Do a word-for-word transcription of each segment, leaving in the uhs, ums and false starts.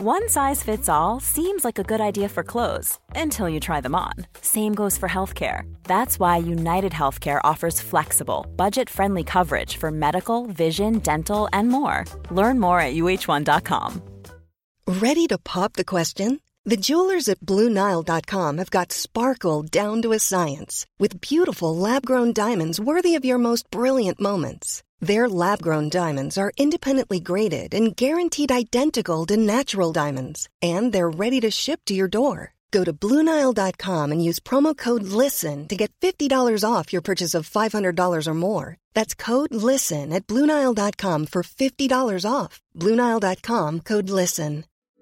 One size fits all seems like a good idea for clothes until you try them on. Same goes for healthcare. That's why United Healthcare offers flexible, budget-friendly coverage for medical, vision, dental, and more. Learn more at U H one dot com. Ready to pop the question? The jewelers at Blue Nile dot com have got sparkle down to a science with beautiful lab-grown diamonds worthy of your most brilliant moments. Their lab-grown diamonds are independently graded and guaranteed identical to natural diamonds, and they're ready to ship to your door. Go to Blue Nile dot com and use promo code LISTEN to get fifty dollars off your purchase of five hundred dollars or more. That's code LISTEN at Blue Nile dot com for fifty dollars off. Blue Nile dot com, code LISTEN.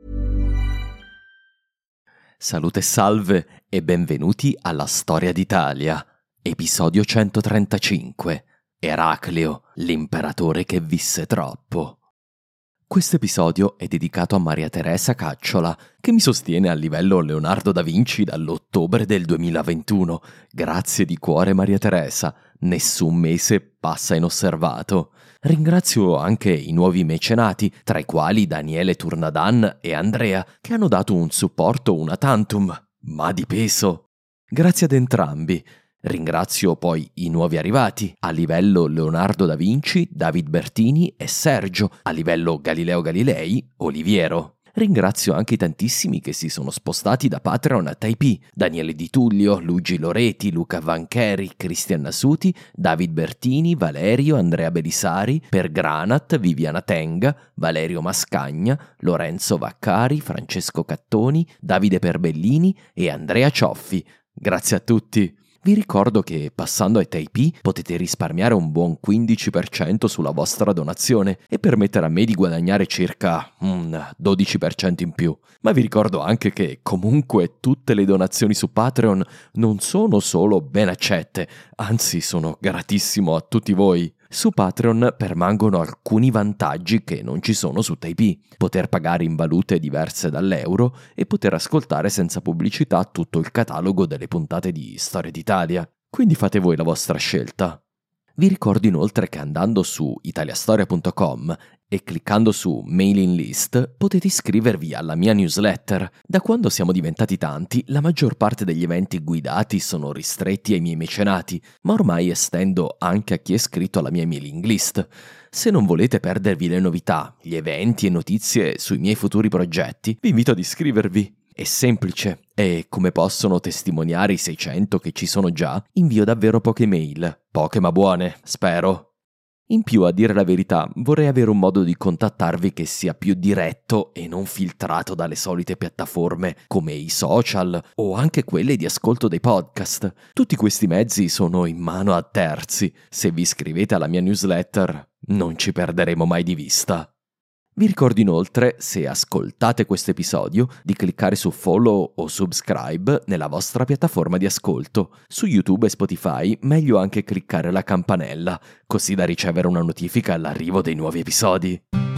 Salute e salve e benvenuti alla Storia d'Italia, episodio centotrentacinque. Eraclio, l'imperatore che visse troppo. Questo episodio è dedicato a Maria Teresa Cacciola, che mi sostiene a livello Leonardo da Vinci dall'ottobre del duemilaventuno. Grazie di cuore Maria Teresa, nessun mese passa inosservato. Ringrazio anche i nuovi mecenati, tra i quali Daniele Turnadan e Andrea, che hanno dato un supporto una tantum, ma di peso. Grazie ad entrambi. Ringrazio poi i nuovi arrivati, a livello Leonardo da Vinci, David Bertini e Sergio, a livello Galileo Galilei, Oliviero. Ringrazio anche i tantissimi che si sono spostati da Patreon a Taipei, Daniele Di Tullio, Luigi Loreti, Luca Vancheri, Cristian Nasuti, David Bertini, Valerio, Andrea Belisari, Per Granat, Viviana Tenga, Valerio Mascagna, Lorenzo Vaccari, Francesco Cattoni, Davide Perbellini e Andrea Cioffi. Grazie a tutti! Vi ricordo che passando a Taipei potete risparmiare un buon quindici per cento sulla vostra donazione e permettere a me di guadagnare circa un dodici per cento in più. Ma vi ricordo anche che comunque tutte le donazioni su Patreon non sono solo ben accette, anzi sono gratissimo a tutti voi. Su Patreon permangono alcuni vantaggi che non ci sono su Taipei. Poter pagare in valute diverse dall'euro e poter ascoltare senza pubblicità tutto il catalogo delle puntate di Storia d'Italia. Quindi fate voi la vostra scelta. Vi ricordo inoltre che andando su italiastoria punto com e cliccando su Mailing List potete iscrivervi alla mia newsletter. Da quando siamo diventati tanti, la maggior parte degli eventi guidati sono ristretti ai miei mecenati, ma ormai estendo anche a chi è iscritto alla mia mailing list. Se non volete perdervi le novità, gli eventi e notizie sui miei futuri progetti, vi invito ad iscrivervi. È semplice e, come possono testimoniare i seicento che ci sono già, invio davvero poche mail, poche ma buone, spero. In più, a dire la verità, vorrei avere un modo di contattarvi che sia più diretto e non filtrato dalle solite piattaforme come i social o anche quelle di ascolto dei podcast. Tutti questi mezzi sono in mano a terzi. Se vi iscrivete alla mia newsletter, non ci perderemo mai di vista. Vi ricordo inoltre, se ascoltate questo episodio, di cliccare su follow o subscribe nella vostra piattaforma di ascolto. Su YouTube e Spotify, meglio anche cliccare la campanella, così da ricevere una notifica all'arrivo dei nuovi episodi.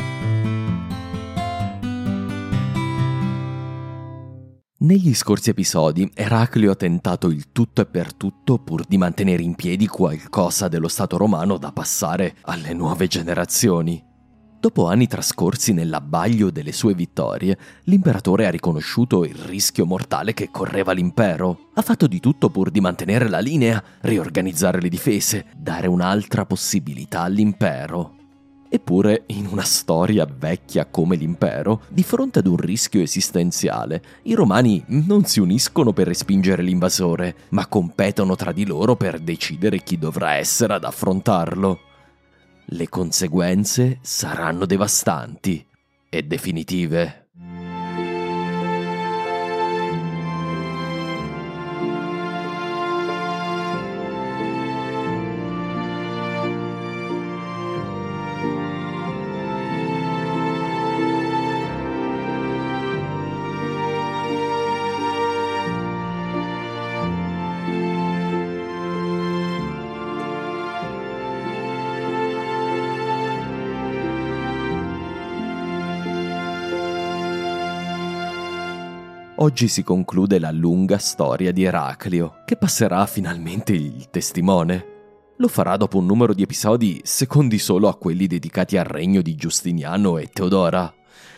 Negli scorsi episodi, Eraclio ha tentato il tutto e per tutto pur di mantenere in piedi qualcosa dello Stato romano da passare alle nuove generazioni. Dopo anni trascorsi nell'abbaglio delle sue vittorie, l'imperatore ha riconosciuto il rischio mortale che correva l'impero. Ha fatto di tutto pur di mantenere la linea, riorganizzare le difese, dare un'altra possibilità all'impero. Eppure, in una storia vecchia come l'impero, di fronte ad un rischio esistenziale, i romani non si uniscono per respingere l'invasore, ma competono tra di loro per decidere chi dovrà essere ad affrontarlo. Le conseguenze saranno devastanti e definitive. Oggi si conclude la lunga storia di Eraclio, che passerà finalmente il testimone. Lo farà dopo un numero di episodi secondi solo a quelli dedicati al regno di Giustiniano e Teodora.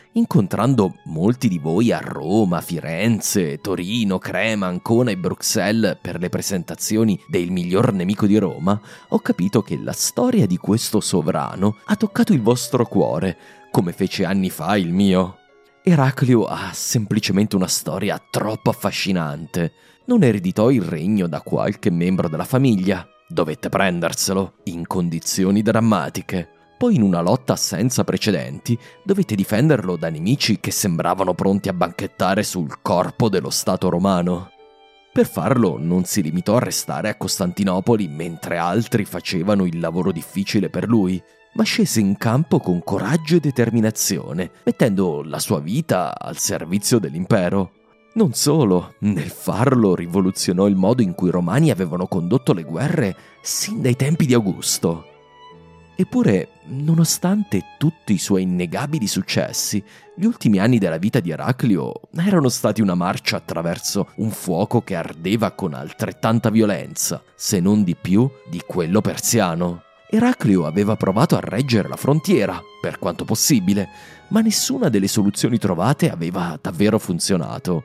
incontrando molti di voi a Roma, Firenze, Torino, Crema, Ancona e Bruxelles per le presentazioni del miglior nemico di Roma, ho capito che la storia di questo sovrano ha toccato il vostro cuore, come fece anni fa il mio. Eraclio ha semplicemente una storia troppo affascinante. Non ereditò il regno da qualche membro della famiglia. Dovette prenderselo, in condizioni drammatiche. Poi in una lotta senza precedenti dovette difenderlo da nemici che sembravano pronti a banchettare sul corpo dello Stato romano. Per farlo non si limitò a restare a Costantinopoli mentre altri facevano il lavoro difficile per lui, ma scese in campo con coraggio e determinazione, mettendo la sua vita al servizio dell'impero. Non solo, nel farlo rivoluzionò il modo in cui i romani avevano condotto le guerre sin dai tempi di Augusto. Eppure, nonostante tutti i suoi innegabili successi, gli ultimi anni della vita di Eraclio erano stati una marcia attraverso un fuoco che ardeva con altrettanta violenza, se non di più, di quello persiano. Eraclio aveva provato a reggere la frontiera, per quanto possibile, ma nessuna delle soluzioni trovate aveva davvero funzionato.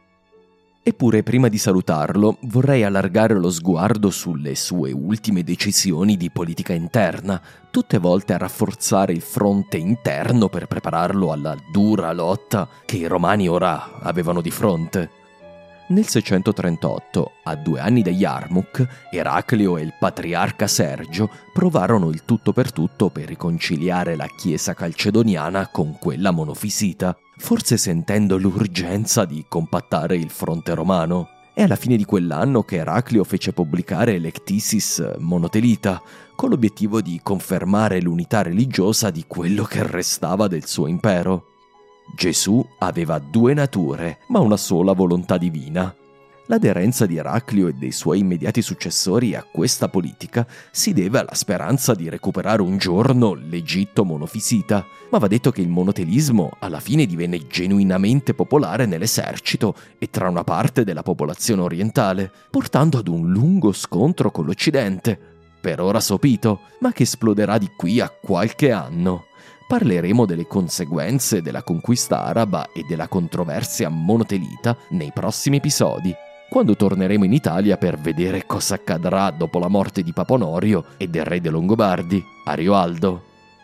Eppure, prima di salutarlo, vorrei allargare lo sguardo sulle sue ultime decisioni di politica interna, tutte volte a rafforzare il fronte interno per prepararlo alla dura lotta che i romani ora avevano di fronte. Nel seicentotrentotto, a due anni da Yarmouk, Eraclio e il patriarca Sergio provarono il tutto per tutto per riconciliare la chiesa calcedoniana con quella monofisita, forse sentendo l'urgenza di compattare il fronte romano. È alla fine di quell'anno che Eraclio fece pubblicare l'Ectisis Monotelita, con l'obiettivo di confermare l'unità religiosa di quello che restava del suo impero. Gesù aveva due nature, ma una sola volontà divina. L'aderenza di Eraclio e dei suoi immediati successori a questa politica si deve alla speranza di recuperare un giorno l'Egitto monofisita, ma va detto che il monotelismo alla fine divenne genuinamente popolare nell'esercito e tra una parte della popolazione orientale, portando ad un lungo scontro con l'Occidente, per ora sopito, ma che esploderà di qui a qualche anno. Parleremo delle conseguenze della conquista araba e della controversia monotelita nei prossimi episodi, quando torneremo in Italia per vedere cosa accadrà dopo la morte di Papa Onorio e del re dei Longobardi, Arioaldo.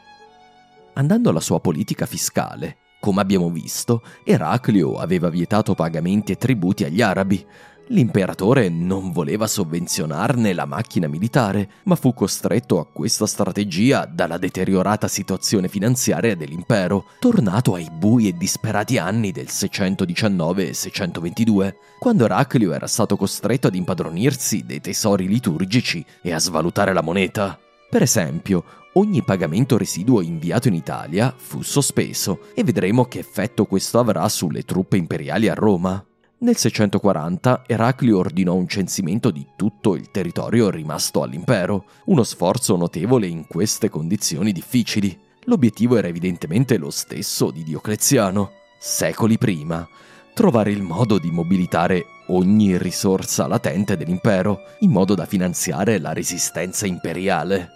Andando alla sua politica fiscale, come abbiamo visto, Eraclio aveva vietato pagamenti e tributi agli arabi. L'imperatore non voleva sovvenzionarne la macchina militare, ma fu costretto a questa strategia dalla deteriorata situazione finanziaria dell'impero, tornato ai bui e disperati anni del seicentodiciannove e seicentoventidue, quando Eraclio era stato costretto ad impadronirsi dei tesori liturgici e a svalutare la moneta. Per esempio, ogni pagamento residuo inviato in Italia fu sospeso e vedremo che effetto questo avrà sulle truppe imperiali a Roma. Nel seicentoquaranta Eraclio ordinò un censimento di tutto il territorio rimasto all'impero, uno sforzo notevole in queste condizioni difficili. L'obiettivo era evidentemente lo stesso di Diocleziano, secoli prima: trovare il modo di mobilitare ogni risorsa latente dell'impero, in modo da finanziare la resistenza imperiale.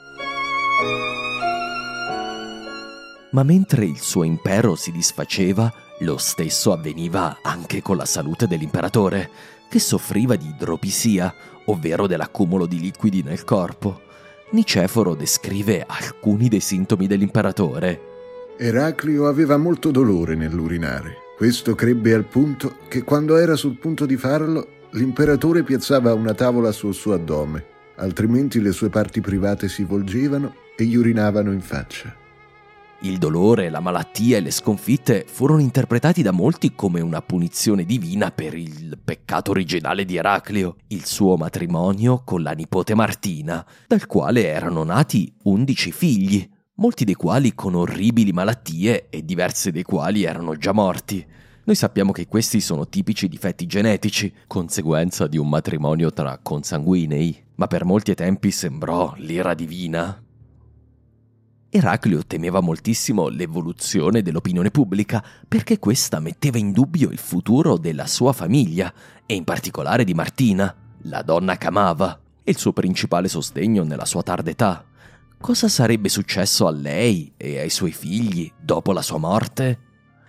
Ma mentre il suo impero si disfaceva, lo stesso avveniva anche con la salute dell'imperatore, che soffriva di idropisia, ovvero dell'accumulo di liquidi nel corpo. Niceforo descrive alcuni dei sintomi dell'imperatore. Eraclio aveva molto dolore nell'urinare. Questo crebbe al punto che quando era sul punto di farlo, l'imperatore piazzava una tavola sul suo addome, altrimenti le sue parti private si volgevano e gli urinavano in faccia. Il dolore, la malattia e le sconfitte furono interpretati da molti come una punizione divina per il peccato originale di Eraclio, il suo matrimonio con la nipote Martina, dal quale erano nati undici figli, molti dei quali con orribili malattie e diversi dei quali erano già morti. Noi sappiamo che questi sono tipici difetti genetici, conseguenza di un matrimonio tra consanguinei, ma per molti tempi sembrò l'ira divina. Eraclio temeva moltissimo l'evoluzione dell'opinione pubblica perché questa metteva in dubbio il futuro della sua famiglia e in particolare di Martina, la donna che amava, e il suo principale sostegno nella sua tarda età. Cosa sarebbe successo a lei e ai suoi figli dopo la sua morte?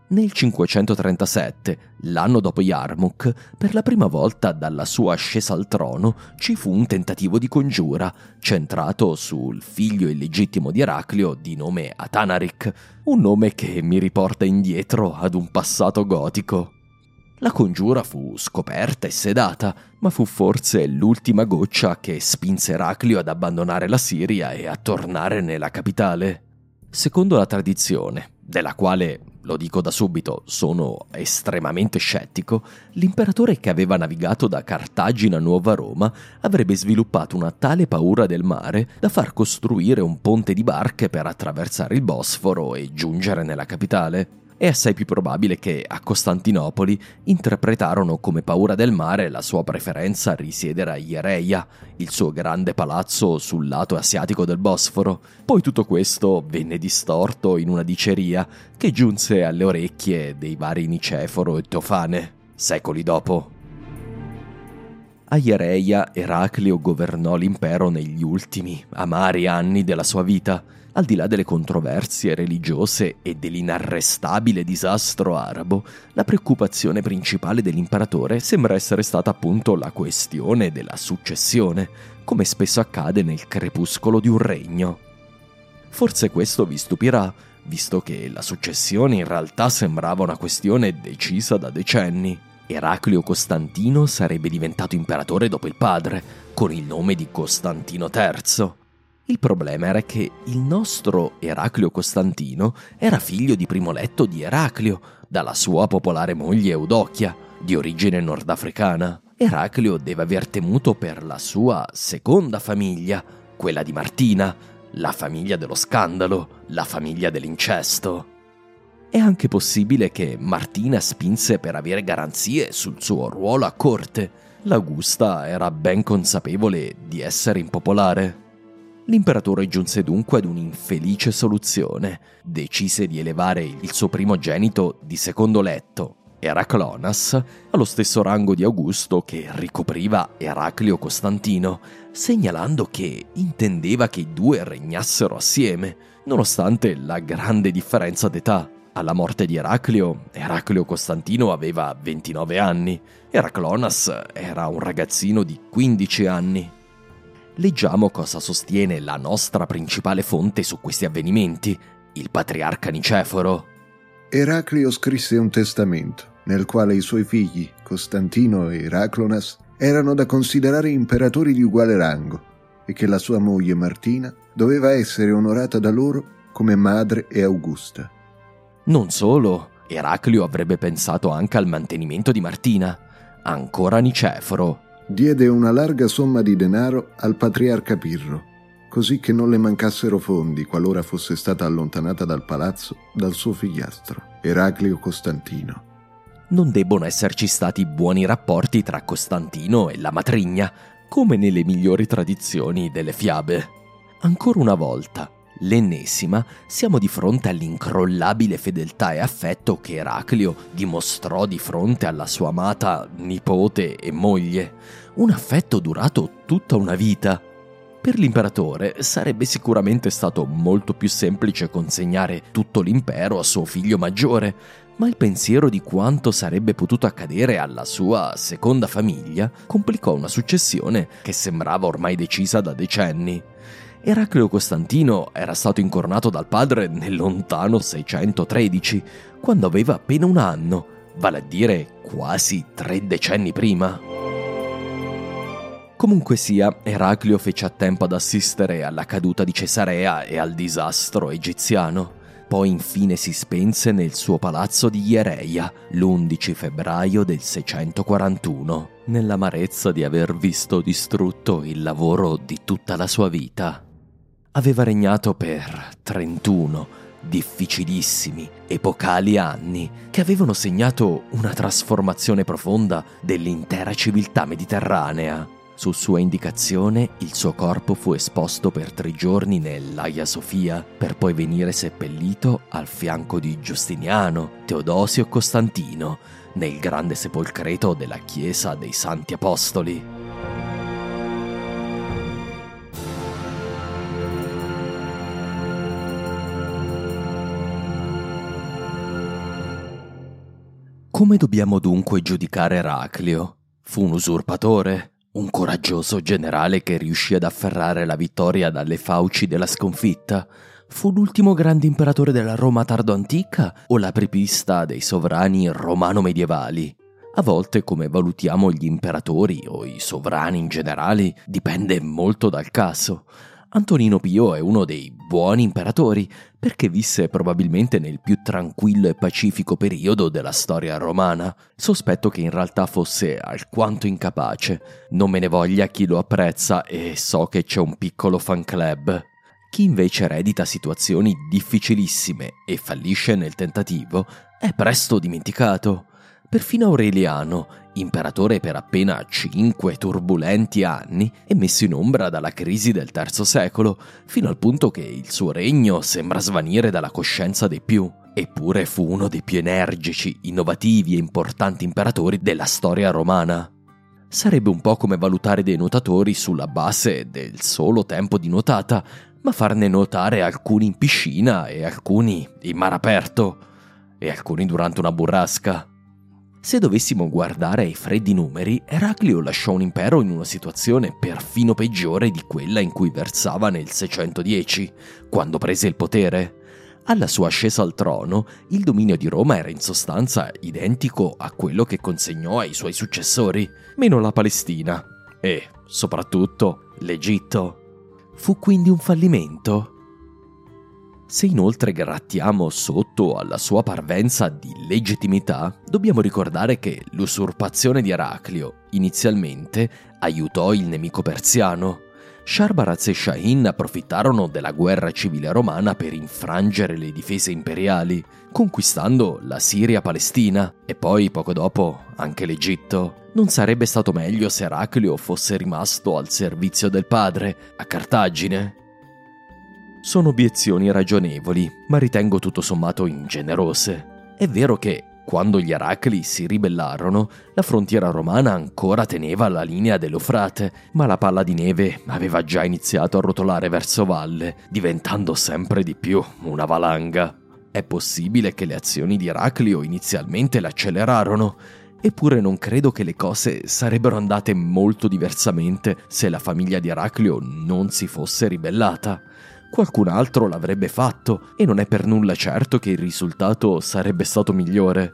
Nel cinquecentotrentasette, l'anno dopo Yarmouk, per la prima volta dalla sua ascesa al trono ci fu un tentativo di congiura, centrato sul figlio illegittimo di Eraclio di nome Atanarik, un nome che mi riporta indietro ad un passato gotico. La congiura fu scoperta e sedata, ma fu forse l'ultima goccia che spinse Eraclio ad abbandonare la Siria e a tornare nella capitale. Secondo la tradizione, della quale, lo dico da subito, sono estremamente scettico, l'imperatore che aveva navigato da Cartagine a Nuova Roma avrebbe sviluppato una tale paura del mare da far costruire un ponte di barche per attraversare il Bosforo e giungere nella capitale. È assai più probabile che a Costantinopoli interpretarono come paura del mare la sua preferenza a risiedere a Iereia, il suo grande palazzo sul lato asiatico del Bosforo. Poi tutto questo venne distorto in una diceria che giunse alle orecchie dei vari Niceforo e Teofane, secoli dopo. A Iereia Eraclio governò l'impero negli ultimi, amari anni della sua vita. Al di là delle controversie religiose e dell'inarrestabile disastro arabo, la preoccupazione principale dell'imperatore sembra essere stata appunto la questione della successione, come spesso accade nel crepuscolo di un regno. Forse questo vi stupirà, visto che la successione in realtà sembrava una questione decisa da decenni. Eraclio Costantino sarebbe diventato imperatore dopo il padre, con il nome di Costantino terzo. Il problema era che il nostro Eraclio Costantino era figlio di Primoletto di Eraclio, dalla sua popolare moglie Eudochia, di origine nordafricana. Eraclio deve aver temuto per la sua seconda famiglia, quella di Martina, la famiglia dello scandalo, la famiglia dell'incesto. È anche possibile che Martina spinse per avere garanzie sul suo ruolo a corte. L'Augusta era ben consapevole di essere impopolare. L'imperatore giunse dunque ad un'infelice soluzione. Decise di elevare il suo primogenito di secondo letto, Eraclonas, allo stesso rango di Augusto che ricopriva Eraclio Costantino, segnalando che intendeva che i due regnassero assieme, nonostante la grande differenza d'età. Alla morte di Eraclio, Eraclio Costantino aveva ventinove anni, Eraclonas era un ragazzino di quindici anni. Leggiamo cosa sostiene la nostra principale fonte su questi avvenimenti, il patriarca Niceforo. Eraclio scrisse un testamento, nel quale i suoi figli, Costantino e Eraclonas, erano da considerare imperatori di uguale rango e che la sua moglie Martina doveva essere onorata da loro come madre e Augusta. Non solo, Eraclio avrebbe pensato anche al mantenimento di Martina. Ancora Niceforo diede una larga somma di denaro al patriarca Pirro, così che non le mancassero fondi qualora fosse stata allontanata dal palazzo dal suo figliastro, Eraclio Costantino. Non debbono esserci stati buoni rapporti tra Costantino e la matrigna, come nelle migliori tradizioni delle fiabe. Ancora una volta, l'ennesima, siamo di fronte all'incrollabile fedeltà e affetto che Eraclio dimostrò di fronte alla sua amata nipote e moglie, un affetto durato tutta una vita. Per l'imperatore sarebbe sicuramente stato molto più semplice consegnare tutto l'impero a suo figlio maggiore, ma il pensiero di quanto sarebbe potuto accadere alla sua seconda famiglia complicò una successione che sembrava ormai decisa da decenni. Eraclio Costantino era stato incoronato dal padre nel lontano seicentotredici, quando aveva appena un anno, vale a dire quasi tre decenni prima. Comunque sia, Eraclio fece a tempo ad assistere alla caduta di Cesarea e al disastro egiziano. Poi infine si spense nel suo palazzo di Iereia l'undici febbraio del seicentoquarantuno, nell'amarezza di aver visto distrutto il lavoro di tutta la sua vita. Aveva regnato per trentuno difficilissimi, epocali anni che avevano segnato una trasformazione profonda dell'intera civiltà mediterranea. Su sua indicazione, il suo corpo fu esposto per tre giorni nell'Aia Sofia, per poi venire seppellito al fianco di Giustiniano, Teodosio e Costantino, nel grande sepolcreto della Chiesa dei Santi Apostoli. Come dobbiamo dunque giudicare Eraclio? Fu un usurpatore? Un coraggioso generale che riuscì ad afferrare la vittoria dalle fauci della sconfitta? Fu l'ultimo grande imperatore della Roma tardo-antica o l'apripista dei sovrani romano-medievali? A volte come valutiamo gli imperatori o i sovrani in generale dipende molto dal caso. Antonino Pio è uno dei buoni imperatori perché visse probabilmente nel più tranquillo e pacifico periodo della storia romana. Sospetto che in realtà fosse alquanto incapace. Non me ne voglia chi lo apprezza e so che c'è un piccolo fan club. Chi invece eredita situazioni difficilissime e fallisce nel tentativo è presto dimenticato. Perfino Aureliano, imperatore per appena cinque turbolenti anni, è messo in ombra dalla crisi del terzo secolo, fino al punto che il suo regno sembra svanire dalla coscienza dei più. Eppure fu uno dei più energici, innovativi e importanti imperatori della storia romana. Sarebbe un po' come valutare dei nuotatori sulla base del solo tempo di nuotata, ma farne nuotare alcuni in piscina e alcuni in mare aperto, e alcuni durante una burrasca. Se dovessimo guardare ai freddi numeri, Eraclio lasciò un impero in una situazione perfino peggiore di quella in cui versava nel seicentodieci, quando prese il potere. Alla sua ascesa al trono, il dominio di Roma era in sostanza identico a quello che consegnò ai suoi successori, meno la Palestina e, soprattutto, l'Egitto. Fu quindi un fallimento? Se inoltre grattiamo sotto alla sua parvenza di legittimità, dobbiamo ricordare che l'usurpazione di Eraclio inizialmente aiutò il nemico persiano. Sharbaraz e Shahin approfittarono della guerra civile romana per infrangere le difese imperiali, conquistando la Siria-Palestina e poi poco dopo anche l'Egitto. Non sarebbe stato meglio se Eraclio fosse rimasto al servizio del padre, a Cartagine? Sono obiezioni ragionevoli, ma ritengo tutto sommato ingenerose. È vero che, quando gli Eracli si ribellarono, la frontiera romana ancora teneva la linea dell'Eufrate, ma la palla di neve aveva già iniziato a rotolare verso valle, diventando sempre di più una valanga. È possibile che le azioni di Eraclio inizialmente l'accelerarono, eppure non credo che le cose sarebbero andate molto diversamente se la famiglia di Eraclio non si fosse ribellata. Qualcun altro l'avrebbe fatto e non è per nulla certo che il risultato sarebbe stato migliore.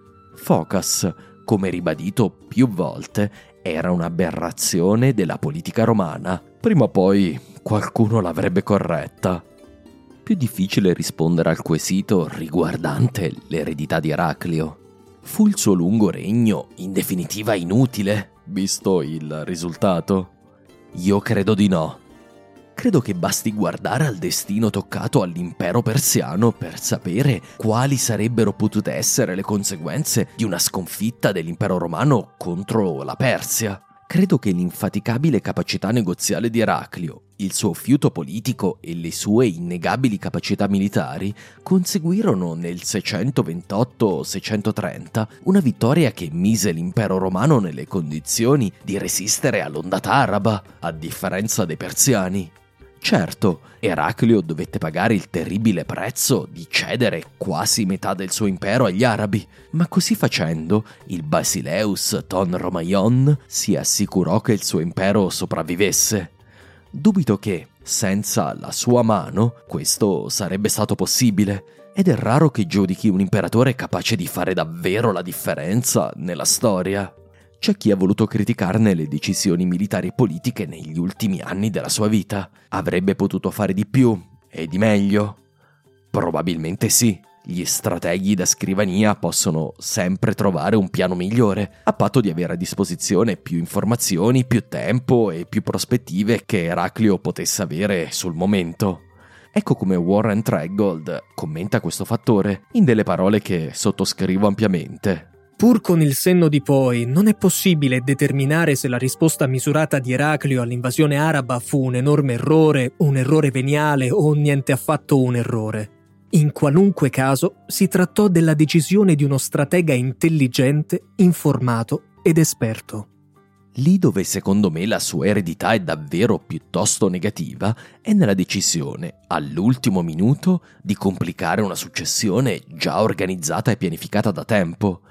Phocas, come ribadito più volte, era un'aberrazione della politica romana. Prima o poi qualcuno l'avrebbe corretta. Più difficile rispondere al quesito riguardante l'eredità di Eraclio. Fu il suo lungo regno in definitiva inutile, visto il risultato? Io credo di no. Credo che basti guardare al destino toccato all'impero persiano per sapere quali sarebbero potute essere le conseguenze di una sconfitta dell'impero romano contro la Persia. Credo che l'infaticabile capacità negoziale di Eraclio, il suo fiuto politico e le sue innegabili capacità militari conseguirono nel seicentoventotto seicentotrenta una vittoria che mise l'impero romano nelle condizioni di resistere all'ondata araba, a differenza dei persiani. Certo, Eraclio dovette pagare il terribile prezzo di cedere quasi metà del suo impero agli arabi, ma così facendo il Basileus Ton Romaion si assicurò che il suo impero sopravvivesse. Dubito che, senza la sua mano, questo sarebbe stato possibile, ed è raro che giudichi un imperatore capace di fare davvero la differenza nella storia. C'è chi ha voluto criticarne le decisioni militari e politiche negli ultimi anni della sua vita. Avrebbe potuto fare di più e di meglio? Probabilmente sì. Gli strateghi da scrivania possono sempre trovare un piano migliore, a patto di avere a disposizione più informazioni, più tempo e più prospettive che Eraclio potesse avere sul momento. Ecco come Warren Treadgold commenta questo fattore in delle parole che sottoscrivo ampiamente. Pur con il senno di poi, non è possibile determinare se la risposta misurata di Eraclio all'invasione araba fu un enorme errore, un errore veniale o niente affatto un errore. In qualunque caso, si trattò della decisione di uno stratega intelligente, informato ed esperto. Lì dove secondo me la sua eredità è davvero piuttosto negativa è nella decisione, all'ultimo minuto, di complicare una successione già organizzata e pianificata da tempo.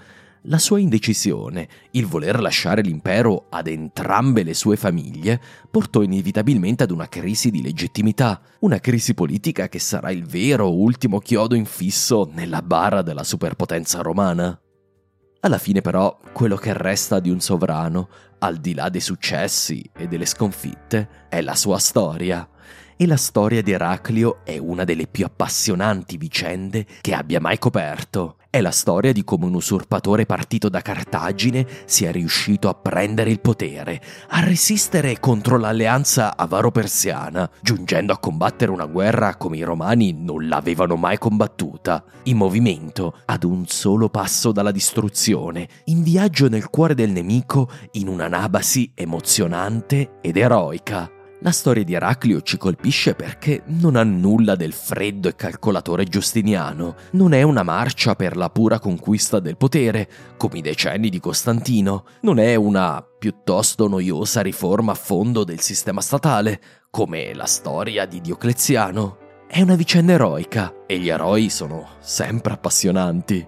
La sua indecisione, il voler lasciare l'impero ad entrambe le sue famiglie, portò inevitabilmente ad una crisi di legittimità, una crisi politica che sarà il vero ultimo chiodo infisso nella bara della superpotenza romana. Alla fine però, quello che resta di un sovrano, al di là dei successi e delle sconfitte, è la sua storia. E la storia di Eraclio è una delle più appassionanti vicende che abbia mai coperto. È la storia di come un usurpatore partito da Cartagine sia riuscito a prendere il potere, a resistere contro l'alleanza avaro-persiana, giungendo a combattere una guerra come i romani non l'avevano mai combattuta, in movimento, ad un solo passo dalla distruzione, in viaggio nel cuore del nemico, in una Nabasi emozionante ed eroica. La storia di Eraclio ci colpisce perché non ha nulla del freddo e calcolatore giustiniano, non è una marcia per la pura conquista del potere, come i decenni di Costantino, non è una piuttosto noiosa riforma a fondo del sistema statale, come la storia di Diocleziano. È una vicenda eroica e gli eroi sono sempre appassionanti.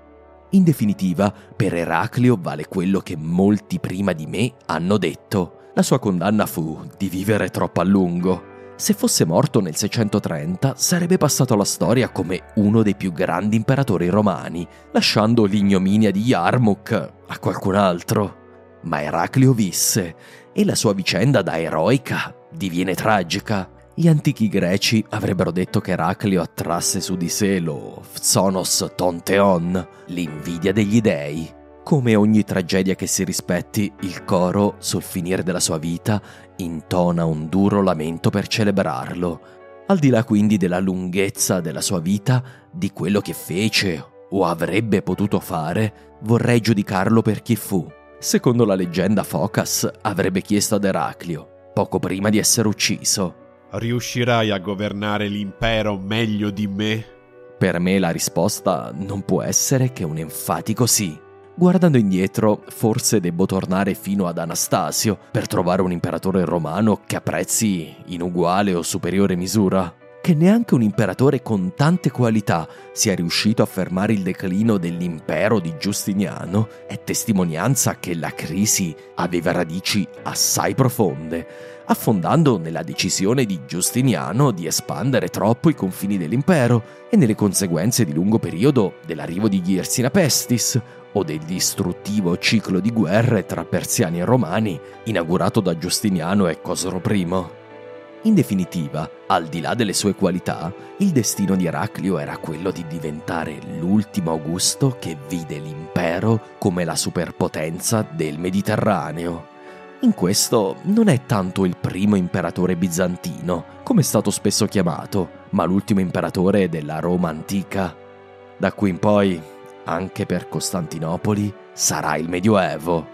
In definitiva, per Eraclio vale quello che molti prima di me hanno detto. La sua condanna fu di vivere troppo a lungo. Se fosse morto nel seicentotrenta, sarebbe passato alla storia come uno dei più grandi imperatori romani, lasciando l'ignominia di Yarmouk a qualcun altro. Ma Eraclio visse, e la sua vicenda da eroica diviene tragica. Gli antichi greci avrebbero detto che Eraclio attrasse su di sé lo Psonos ton theon, l'invidia degli dei. Come ogni tragedia che si rispetti, il coro, sul finire della sua vita, intona un duro lamento per celebrarlo. Al di là quindi della lunghezza della sua vita, di quello che fece o avrebbe potuto fare, vorrei giudicarlo per chi fu. Secondo la leggenda, Focas avrebbe chiesto ad Eraclio, poco prima di essere ucciso: riuscirai a governare l'impero meglio di me? Per me la risposta non può essere che un enfatico sì. Guardando indietro, forse debbo tornare fino ad Anastasio per trovare un imperatore romano che apprezzi in uguale o superiore misura. Che neanche un imperatore con tante qualità sia riuscito a fermare il declino dell'impero di Giustiniano è testimonianza che la crisi aveva radici assai profonde, affondando nella decisione di Giustiniano di espandere troppo i confini dell'impero e nelle conseguenze di lungo periodo dell'arrivo di Yersina Pestis o del distruttivo ciclo di guerre tra persiani e romani inaugurato da Giustiniano e Cosro I. In definitiva, al di là delle sue qualità, il destino di Eraclio era quello di diventare l'ultimo Augusto che vide l'impero come la superpotenza del Mediterraneo. In questo non è tanto il primo imperatore bizantino, come è stato spesso chiamato, ma l'ultimo imperatore della Roma antica. Da qui in poi, anche per Costantinopoli, sarà il Medioevo.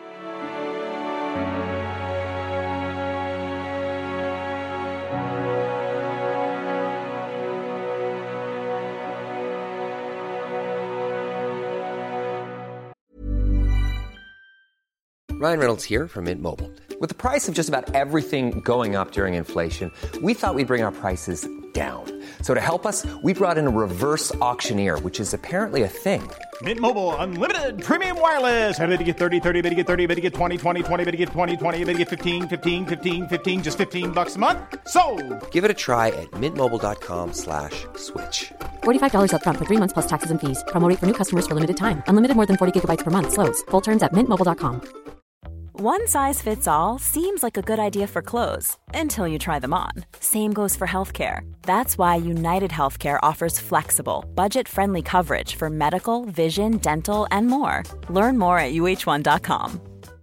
Ryan Reynolds here from Mint Mobile. With the price of just about everything going up during inflation, we thought we'd bring our prices down. So to help us, we brought in a reverse auctioneer, which is apparently a thing. Mint Mobile Unlimited Premium Wireless. How to get thirty, thirty, how to get thirty, how to get twenty, twenty, twenty, how to get twenty, twenty, how to get fifteen, fifteen, fifteen, fifteen, just fifteen bucks a month? Sold! Give it a try at mintmobile.com slash switch. forty-five dollars up front for three months plus taxes and fees. Promo rate for new customers for limited time. Unlimited more than forty gigabytes per month. Slows full terms at mint mobile dot com. One size fits all seems like a good idea for clothes until you try them on. Same goes for healthcare. That's why United Healthcare offers flexible, budget-friendly coverage for medical, vision, dental, and more. Learn more at u h one dot com.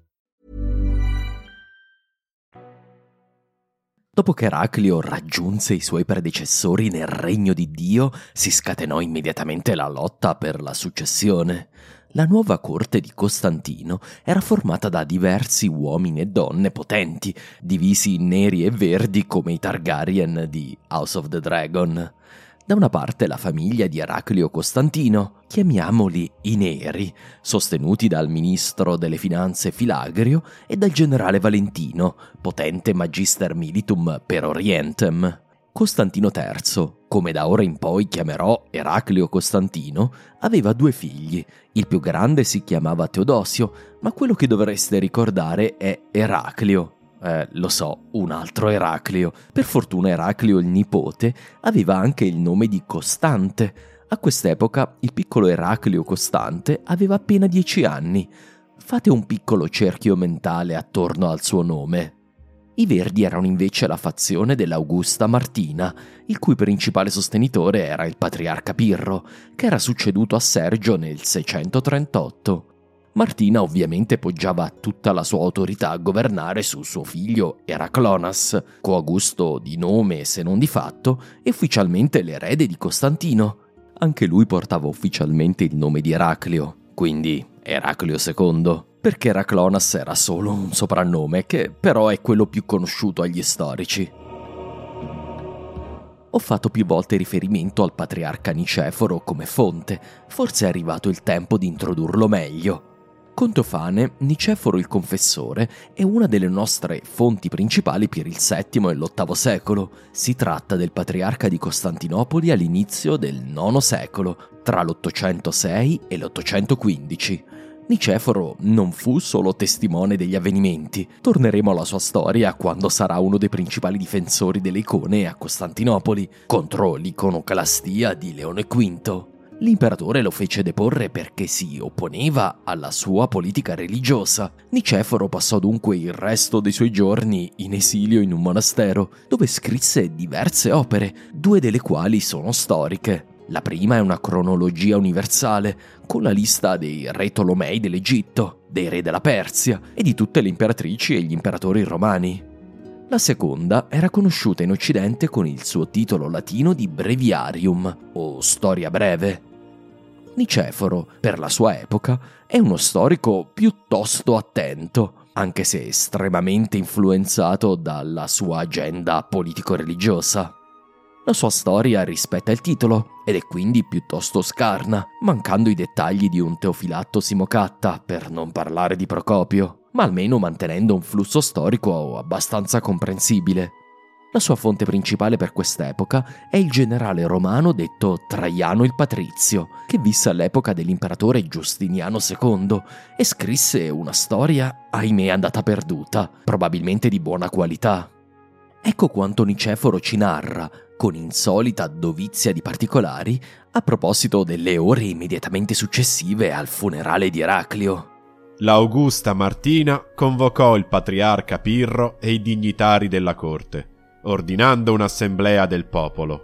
Dopo che Eraclio raggiunse i suoi predecessori nel regno di Dio, si scatenò immediatamente la lotta per la successione. La nuova corte di Costantino era formata da diversi uomini e donne potenti, divisi in neri e verdi come i Targaryen di House of the Dragon. Da una parte la famiglia di Eraclio Costantino, chiamiamoli i Neri, sostenuti dal ministro delle finanze Filagrio e dal generale Valentino, potente magister militum per Orientem. Costantino terzo, come da ora in poi chiamerò Eraclio Costantino, aveva due figli. Il più grande si chiamava Teodosio, ma quello che dovreste ricordare è Eraclio. Eh, lo so, un altro Eraclio. Per fortuna Eraclio, il nipote, aveva anche il nome di Costante. A quest'epoca il piccolo Eraclio Costante aveva appena dieci anni. Fate un piccolo cerchio mentale attorno al suo nome. I Verdi erano invece la fazione dell'Augusta Martina, il cui principale sostenitore era il patriarca Pirro, che era succeduto a Sergio nel seicentotrentotto. Martina ovviamente poggiava tutta la sua autorità a governare su suo figlio Eraclonas, coaugusto di nome se non di fatto e ufficialmente l'erede di Costantino. Anche lui portava ufficialmente il nome di Eraclio, quindi Eraclio secondo, perché Eraclonas era solo un soprannome che però è quello più conosciuto agli storici. Ho fatto più volte riferimento al patriarca Niceforo come fonte, forse è arrivato il tempo di introdurlo meglio. Con Teofane, Niceforo il Confessore è una delle nostre fonti principali per il settimo e l'ottavo secolo. Si tratta del patriarca di Costantinopoli all'inizio del nono secolo, tra l'ottocentosei e l'ottocentoquindici. Niceforo non fu solo testimone degli avvenimenti, torneremo alla sua storia quando sarà uno dei principali difensori delle icone a Costantinopoli, contro l'iconoclastia di Leone quinto. L'imperatore lo fece deporre perché si opponeva alla sua politica religiosa. Niceforo passò dunque il resto dei suoi giorni in esilio in un monastero, dove scrisse diverse opere, due delle quali sono storiche. La prima è una cronologia universale, con la lista dei re Tolomei dell'Egitto, dei re della Persia e di tutte le imperatrici e gli imperatori romani. La seconda era conosciuta in Occidente con il suo titolo latino di Breviarium, o Storia breve. Niceforo, per la sua epoca, è uno storico piuttosto attento, anche se estremamente influenzato dalla sua agenda politico-religiosa. La sua storia rispetta il titolo ed è quindi piuttosto scarna, mancando i dettagli di un Teofilatto Simocatta, per non parlare di Procopio, ma almeno mantenendo un flusso storico abbastanza comprensibile. La sua fonte principale per quest'epoca è il generale romano detto Traiano il Patrizio, che visse all'epoca dell'imperatore Giustiniano secondo e scrisse una storia, ahimè, andata perduta, probabilmente di buona qualità. Ecco quanto Niceforo ci narra, con insolita dovizia di particolari, a proposito delle ore immediatamente successive al funerale di Eraclio. L'Augusta Martina convocò il patriarca Pirro e i dignitari della corte, ordinando un'assemblea del popolo.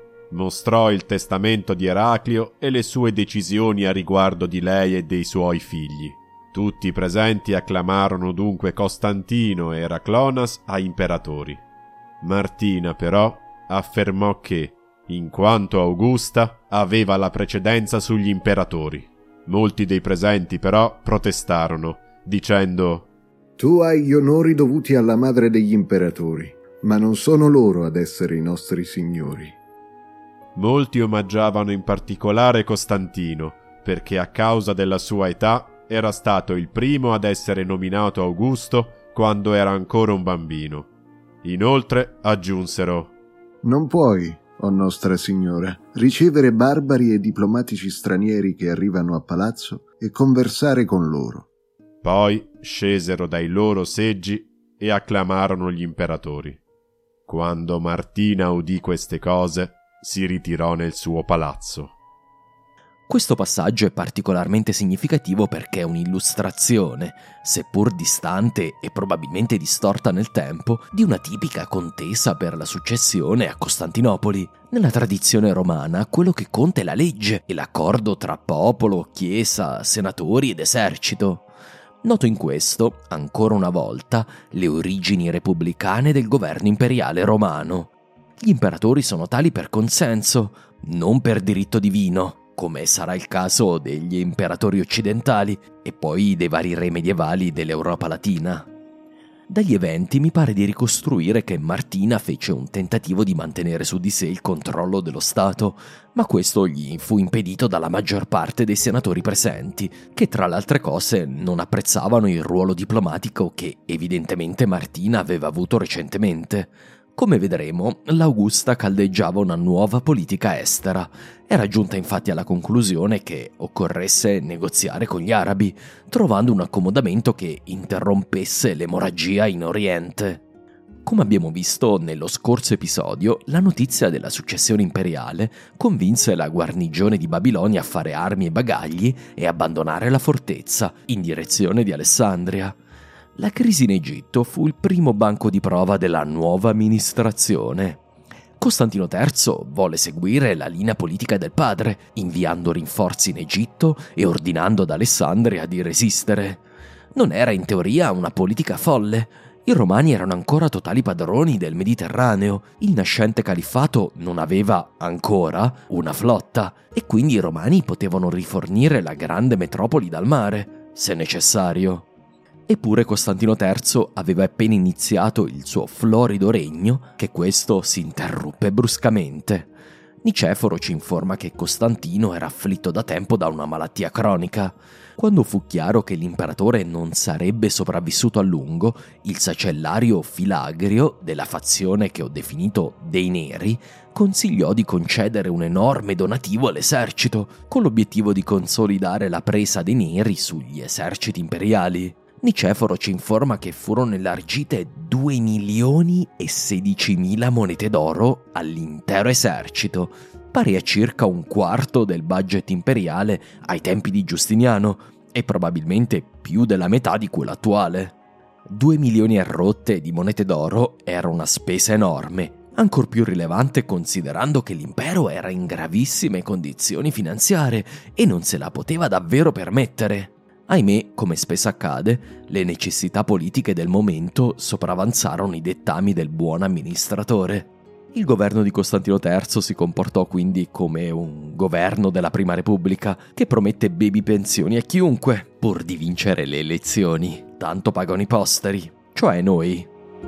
Mostrò il testamento di Eraclio e le sue decisioni a riguardo di lei e dei suoi figli. Tutti i presenti acclamarono dunque Costantino e Eraclonas a imperatori. Martina, però, affermò che, in quanto Augusta, aveva la precedenza sugli imperatori. Molti dei presenti, però, protestarono, dicendo: «Tu hai gli onori dovuti alla madre degli imperatori, ma non sono loro ad essere i nostri signori». Molti omaggiavano in particolare Costantino, perché a causa della sua età era stato il primo ad essere nominato Augusto quando era ancora un bambino. Inoltre aggiunsero: «Non puoi, o Nostra Signora, ricevere barbari e diplomatici stranieri che arrivano a palazzo e conversare con loro». Poi scesero dai loro seggi e acclamarono gli imperatori. Quando Martina udì queste cose, si ritirò nel suo palazzo. Questo passaggio è particolarmente significativo perché è un'illustrazione, seppur distante e probabilmente distorta nel tempo, di una tipica contesa per la successione a Costantinopoli. Nella tradizione romana quello che conta è la legge e l'accordo tra popolo, chiesa, senatori ed esercito. Noto in questo, ancora una volta, le origini repubblicane del governo imperiale romano. Gli imperatori sono tali per consenso, non per diritto divino, come sarà il caso degli imperatori occidentali e poi dei vari re medievali dell'Europa latina. Dagli eventi mi pare di ricostruire che Martina fece un tentativo di mantenere su di sé il controllo dello Stato, ma questo gli fu impedito dalla maggior parte dei senatori presenti, che tra le altre cose non apprezzavano il ruolo diplomatico che evidentemente Martina aveva avuto recentemente. Come vedremo, l'Augusta caldeggiava una nuova politica estera. Era giunta infatti alla conclusione che occorresse negoziare con gli arabi, trovando un accomodamento che interrompesse l'emorragia in Oriente. Come abbiamo visto nello scorso episodio, la notizia della successione imperiale convinse la guarnigione di Babilonia a fare armi e bagagli e abbandonare la fortezza in direzione di Alessandria. La crisi in Egitto fu il primo banco di prova della nuova amministrazione. Costantino terzo volle seguire la linea politica del padre, inviando rinforzi in Egitto e ordinando ad Alessandria di resistere. Non era in teoria una politica folle. I romani erano ancora totali padroni del Mediterraneo, il nascente califfato non aveva ancora una flotta e quindi i romani potevano rifornire la grande metropoli dal mare, se necessario. Eppure Costantino terzo aveva appena iniziato il suo florido regno che questo si interruppe bruscamente. Niceforo ci informa che Costantino era afflitto da tempo da una malattia cronica. Quando fu chiaro che l'imperatore non sarebbe sopravvissuto a lungo, il sacellario Filagrio, della fazione che ho definito dei Neri, consigliò di concedere un enorme donativo all'esercito, con l'obiettivo di consolidare la presa dei Neri sugli eserciti imperiali. Niceforo ci informa che furono elargite due milioni e sedicimila monete d'oro all'intero esercito, pari a circa un quarto del budget imperiale ai tempi di Giustiniano e probabilmente più della metà di quello attuale. Due milioni e rotte di monete d'oro era una spesa enorme, ancor più rilevante considerando che l'impero era in gravissime condizioni finanziarie e non se la poteva davvero permettere. Ahimè, come spesso accade, le necessità politiche del momento sopravanzarono i dettami del buon amministratore. Il governo di Costantino terzo si comportò quindi come un governo della Prima Repubblica che promette baby pensioni a chiunque pur di vincere le elezioni. Tanto pagano i posteri, cioè noi.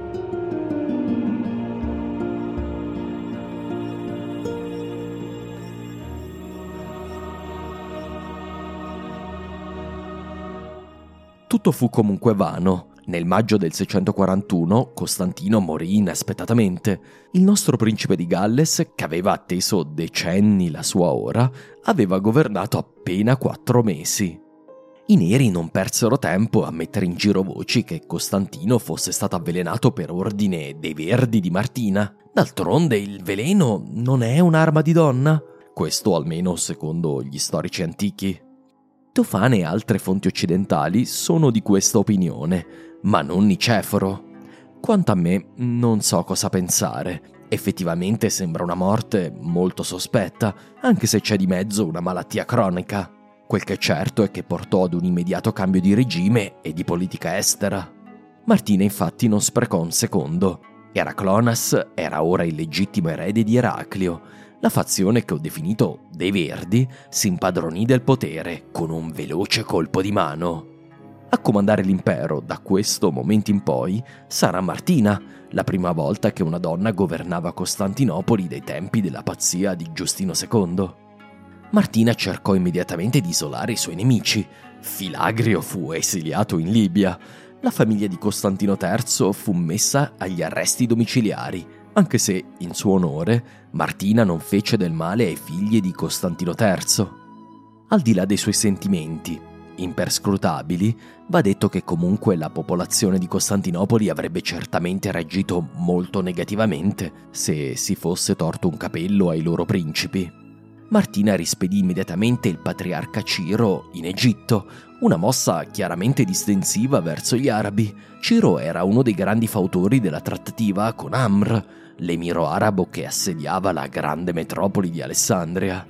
Tutto fu comunque vano. Nel maggio del seicentoquarantuno Costantino morì inaspettatamente. Il nostro principe di Galles, che aveva atteso decenni la sua ora, aveva governato appena quattro mesi. I neri non persero tempo a mettere in giro voci che Costantino fosse stato avvelenato per ordine dei Verdi di Martina. D'altronde il veleno non è un'arma di donna? Questo almeno secondo gli storici antichi. Teofane e altre fonti occidentali sono di questa opinione, ma non Niceforo. Quanto a me, non so cosa pensare. Effettivamente sembra una morte molto sospetta, anche se c'è di mezzo una malattia cronica. Quel che è certo è che portò ad un immediato cambio di regime e di politica estera. Martina infatti non sprecò un secondo. Eraclonas era ora il legittimo erede di Eraclio. La fazione che ho definito dei Verdi si impadronì del potere con un veloce colpo di mano. A comandare l'impero da questo momento in poi sarà Martina, la prima volta che una donna governava Costantinopoli dai tempi della pazzia di Giustino secondo. Martina cercò immediatamente di isolare i suoi nemici. Filagrio fu esiliato in Libia. La famiglia di Costantino terzo fu messa agli arresti domiciliari, anche se, in suo onore, Martina non fece del male ai figli di Costantino terzo. Al di là dei suoi sentimenti imperscrutabili, va detto che comunque la popolazione di Costantinopoli avrebbe certamente reagito molto negativamente se si fosse torto un capello ai loro principi. Martina rispedì immediatamente il patriarca Ciro in Egitto, una mossa chiaramente distensiva verso gli arabi. Ciro era uno dei grandi fautori della trattativa con Amr, l'emiro arabo che assediava la grande metropoli di Alessandria.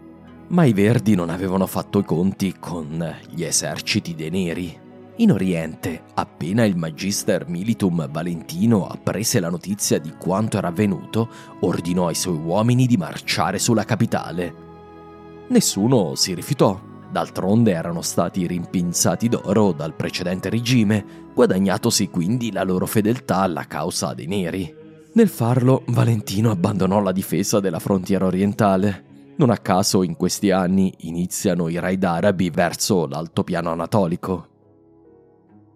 Ma i Verdi non avevano fatto i conti con gli eserciti dei Neri. In Oriente, appena il Magister Militum Valentino apprese la notizia di quanto era avvenuto, ordinò ai suoi uomini di marciare sulla capitale. Nessuno si rifiutò. D'altronde erano stati rimpinzati d'oro dal precedente regime, guadagnatosi quindi la loro fedeltà alla causa dei Neri. Nel farlo, Valentino abbandonò la difesa della frontiera orientale. Non a caso in questi anni iniziano i raid arabi verso l'altopiano anatolico.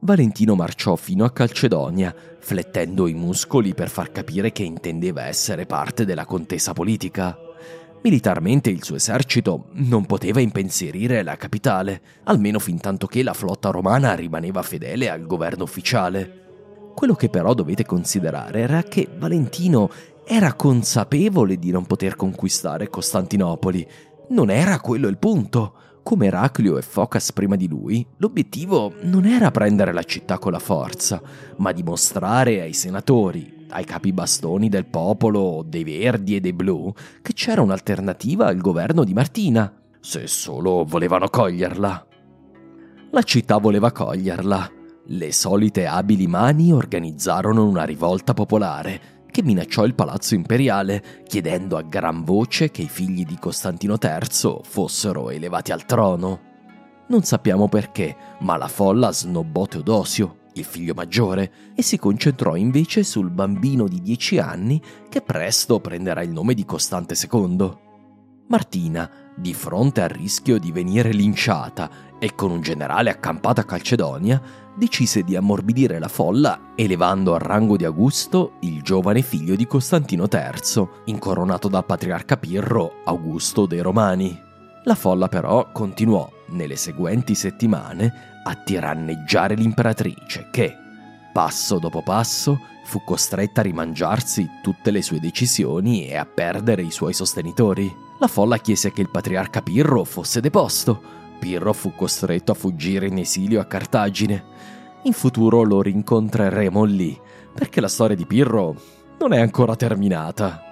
Valentino marciò fino a Calcedonia, flettendo i muscoli per far capire che intendeva essere parte della contesa politica. Militarmente il suo esercito non poteva impensierire la capitale, almeno fintanto che la flotta romana rimaneva fedele al governo ufficiale. Quello che però dovete considerare era che Valentino era consapevole di non poter conquistare Costantinopoli. Non era quello il punto. Come Eraclio e Focas prima di lui, l'obiettivo non era prendere la città con la forza, ma dimostrare ai senatori, ai capibastoni del popolo, dei Verdi e dei Blu, che c'era un'alternativa al governo di Martina, se solo volevano coglierla. La città voleva coglierla. Le solite abili mani organizzarono una rivolta popolare che minacciò il palazzo imperiale, chiedendo a gran voce che i figli di Costantino terzo fossero elevati al trono. Non sappiamo perché, ma la folla snobbò Teodosio, il figlio maggiore, e si concentrò invece sul bambino di dieci anni che presto prenderà il nome di Costante secondo. Martina, di fronte al rischio di venire linciata e con un generale accampato a Calcedonia, decise di ammorbidire la folla elevando al rango di Augusto il giovane figlio di Costantino terzo, incoronato dal patriarca Pirro Augusto dei Romani. La folla però continuò, nelle seguenti settimane, a tiranneggiare l'imperatrice che, passo dopo passo, fu costretta a rimangiarsi tutte le sue decisioni e a perdere i suoi sostenitori. La folla chiese che il patriarca Pirro fosse deposto. Pirro fu costretto a fuggire in esilio a Cartagine. In futuro lo rincontreremo lì, perché la storia di Pirro non è ancora terminata.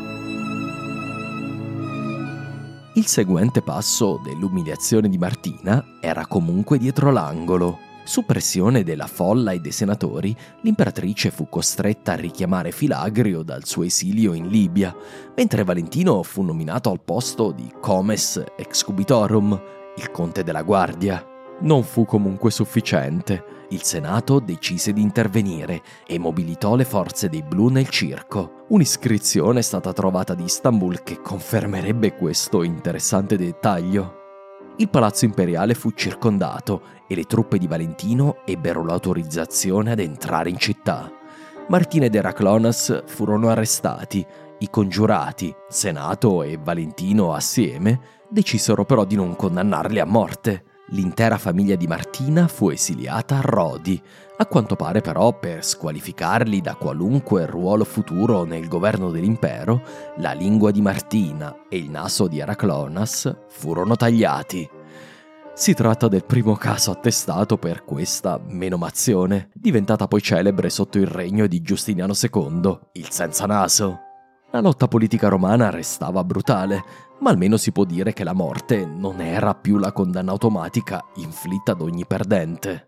Il seguente passo dell'umiliazione di Martina era comunque dietro l'angolo. Su pressione della folla e dei senatori, l'imperatrice fu costretta a richiamare Filagrio dal suo esilio in Libia, mentre Valentino fu nominato al posto di Comes Excubitorum, il conte della guardia. Non fu comunque sufficiente. Il Senato decise di intervenire e mobilitò le forze dei Blu nel circo. Un'iscrizione è stata trovata ad Istanbul che confermerebbe questo interessante dettaglio. Il palazzo imperiale fu circondato e le truppe di Valentino ebbero l'autorizzazione ad entrare in città. Martina ed Eraclonas furono arrestati. I congiurati, Senato e Valentino assieme, decisero però di non condannarli a morte. L'intera famiglia di Martina fu esiliata a Rodi, a quanto pare però per squalificarli da qualunque ruolo futuro nel governo dell'impero, la lingua di Martina e il naso di Eraclonas furono tagliati. Si tratta del primo caso attestato per questa menomazione, diventata poi celebre sotto il regno di Giustiniano secondo, il senza naso. La lotta politica romana restava brutale, ma almeno si può dire che la morte non era più la condanna automatica inflitta ad ogni perdente.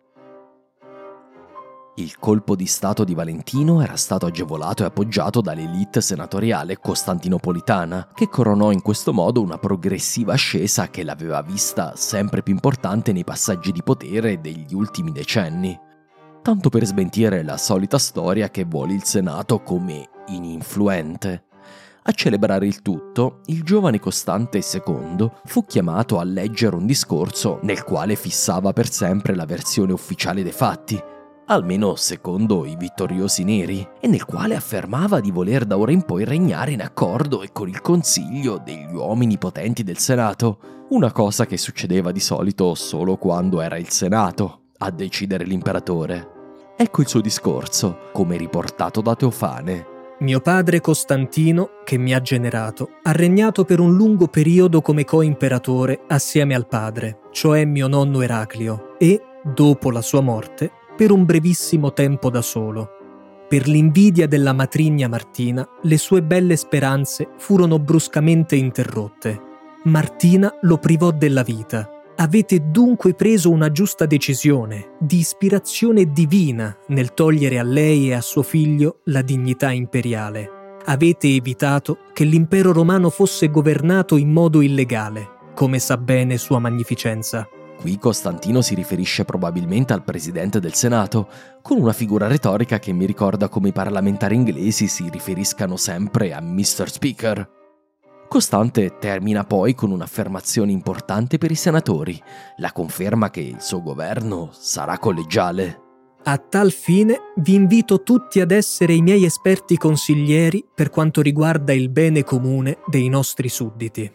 Il colpo di stato di Valentino era stato agevolato e appoggiato dall'elite senatoriale costantinopolitana, che coronò in questo modo una progressiva ascesa che l'aveva vista sempre più importante nei passaggi di potere degli ultimi decenni. Tanto per smentire la solita storia che vuole il Senato come ininfluente. A celebrare il tutto, il giovane Costante secondo fu chiamato a leggere un discorso nel quale fissava per sempre la versione ufficiale dei fatti, almeno secondo i vittoriosi neri, e nel quale affermava di voler da ora in poi regnare in accordo e con il consiglio degli uomini potenti del Senato, una cosa che succedeva di solito solo quando era il Senato a decidere l'imperatore. Ecco il suo discorso, come riportato da Teofane. Mio padre Costantino, che mi ha generato, ha regnato per un lungo periodo come coimperatore assieme al padre, cioè mio nonno Eraclio, e, dopo la sua morte, per un brevissimo tempo da solo. Per l'invidia della matrigna Martina, le sue belle speranze furono bruscamente interrotte. Martina lo privò della vita. Avete dunque preso una giusta decisione, di ispirazione divina, nel togliere a lei e a suo figlio la dignità imperiale. Avete evitato che l'impero romano fosse governato in modo illegale, come sa bene Sua Magnificenza. Qui Costantino si riferisce probabilmente al presidente del Senato, con una figura retorica che mi ricorda come i parlamentari inglesi si riferiscano sempre a mister Speaker. Costante termina poi con un'affermazione importante per i senatori, la conferma che il suo governo sarà collegiale. A tal fine vi invito tutti ad essere i miei esperti consiglieri per quanto riguarda il bene comune dei nostri sudditi.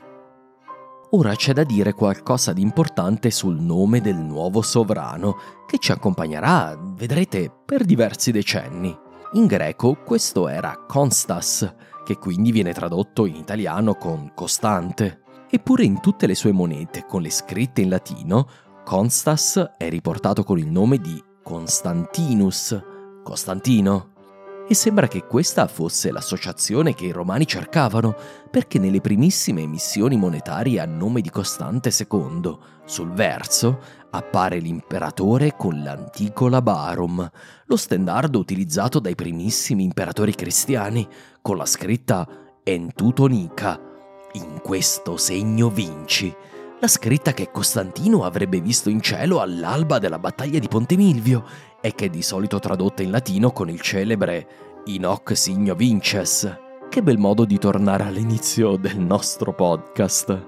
Ora c'è da dire qualcosa di importante sul nome del nuovo sovrano, che ci accompagnerà, vedrete, per diversi decenni. In greco questo era Konstas, che quindi viene tradotto in italiano con costante. Eppure in tutte le sue monete, con le scritte in latino, Konstas è riportato con il nome di Constantinus, Costantino. E sembra che questa fosse l'associazione che i romani cercavano, perché nelle primissime emissioni monetarie a nome di Costante secondo, sul verso, appare l'imperatore con l'antico labarum, lo stendardo utilizzato dai primissimi imperatori cristiani, con la scritta Entutonica, in questo segno vinci, la scritta che Costantino avrebbe visto in cielo all'alba della battaglia di Ponte Milvio e che è di solito tradotta in latino con il celebre In hoc signo vinces. Che bel modo di tornare all'inizio del nostro podcast.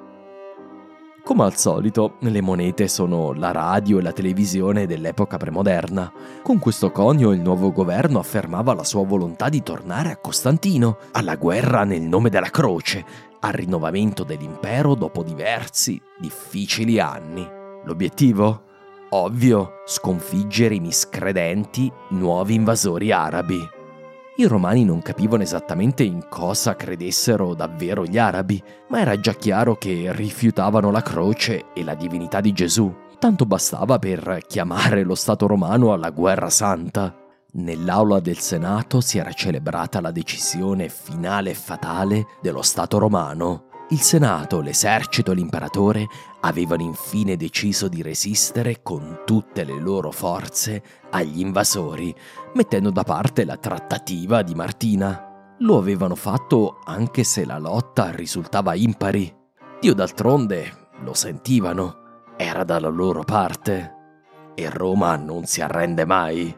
Come al solito, le monete sono la radio e la televisione dell'epoca premoderna. Con questo conio il nuovo governo affermava la sua volontà di tornare a Costantino, alla guerra nel nome della croce, al rinnovamento dell'impero dopo diversi, difficili anni. L'obiettivo? Ovvio, sconfiggere i miscredenti nuovi invasori arabi. I romani non capivano esattamente in cosa credessero davvero gli arabi, ma era già chiaro che rifiutavano la croce e la divinità di Gesù. Tanto bastava per chiamare lo Stato romano alla guerra santa. Nell'aula del Senato si era celebrata la decisione finale e fatale dello Stato romano. Il Senato, l'esercito e l'imperatore avevano infine deciso di resistere con tutte le loro forze agli invasori, mettendo da parte la trattativa di Martina. Lo avevano fatto anche se la lotta risultava impari. Dio d'altronde lo sentivano, era dalla loro parte. E Roma non si arrende mai.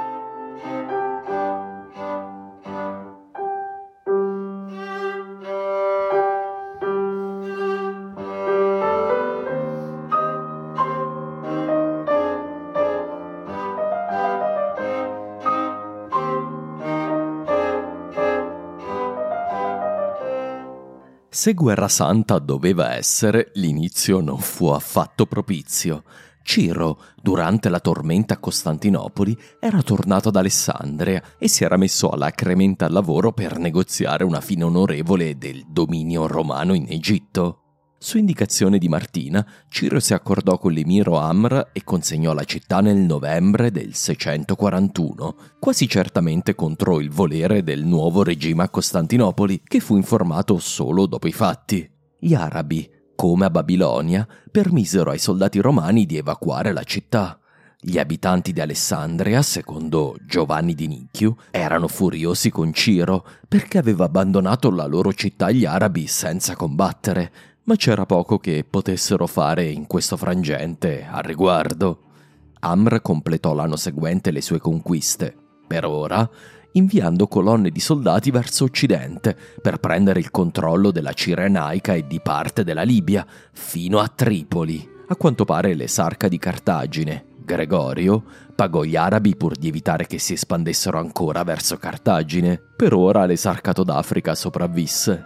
Se Guerra Santa doveva essere, l'inizio non fu affatto propizio. Ciro, durante la tormenta a Costantinopoli, era tornato ad Alessandria e si era messo alacremente al lavoro per negoziare una fine onorevole del dominio romano in Egitto. Su indicazione di Martina, Ciro si accordò con l'emiro Amr e consegnò la città nel novembre del seicentoquarantuno, quasi certamente contro il volere del nuovo regime a Costantinopoli, che fu informato solo dopo i fatti. Gli arabi, come a Babilonia, permisero ai soldati romani di evacuare la città. Gli abitanti di Alessandria, secondo Giovanni di Nicchiu, erano furiosi con Ciro perché aveva abbandonato la loro città agli arabi senza combattere, ma c'era poco che potessero fare in questo frangente al riguardo. Amr completò l'anno seguente le sue conquiste, per ora inviando colonne di soldati verso occidente per prendere il controllo della Cirenaica e di parte della Libia, fino a Tripoli. A quanto pare l'esarca di Cartagine, Gregorio, pagò gli arabi pur di evitare che si espandessero ancora verso Cartagine. Per ora l'esarcato d'Africa sopravvisse.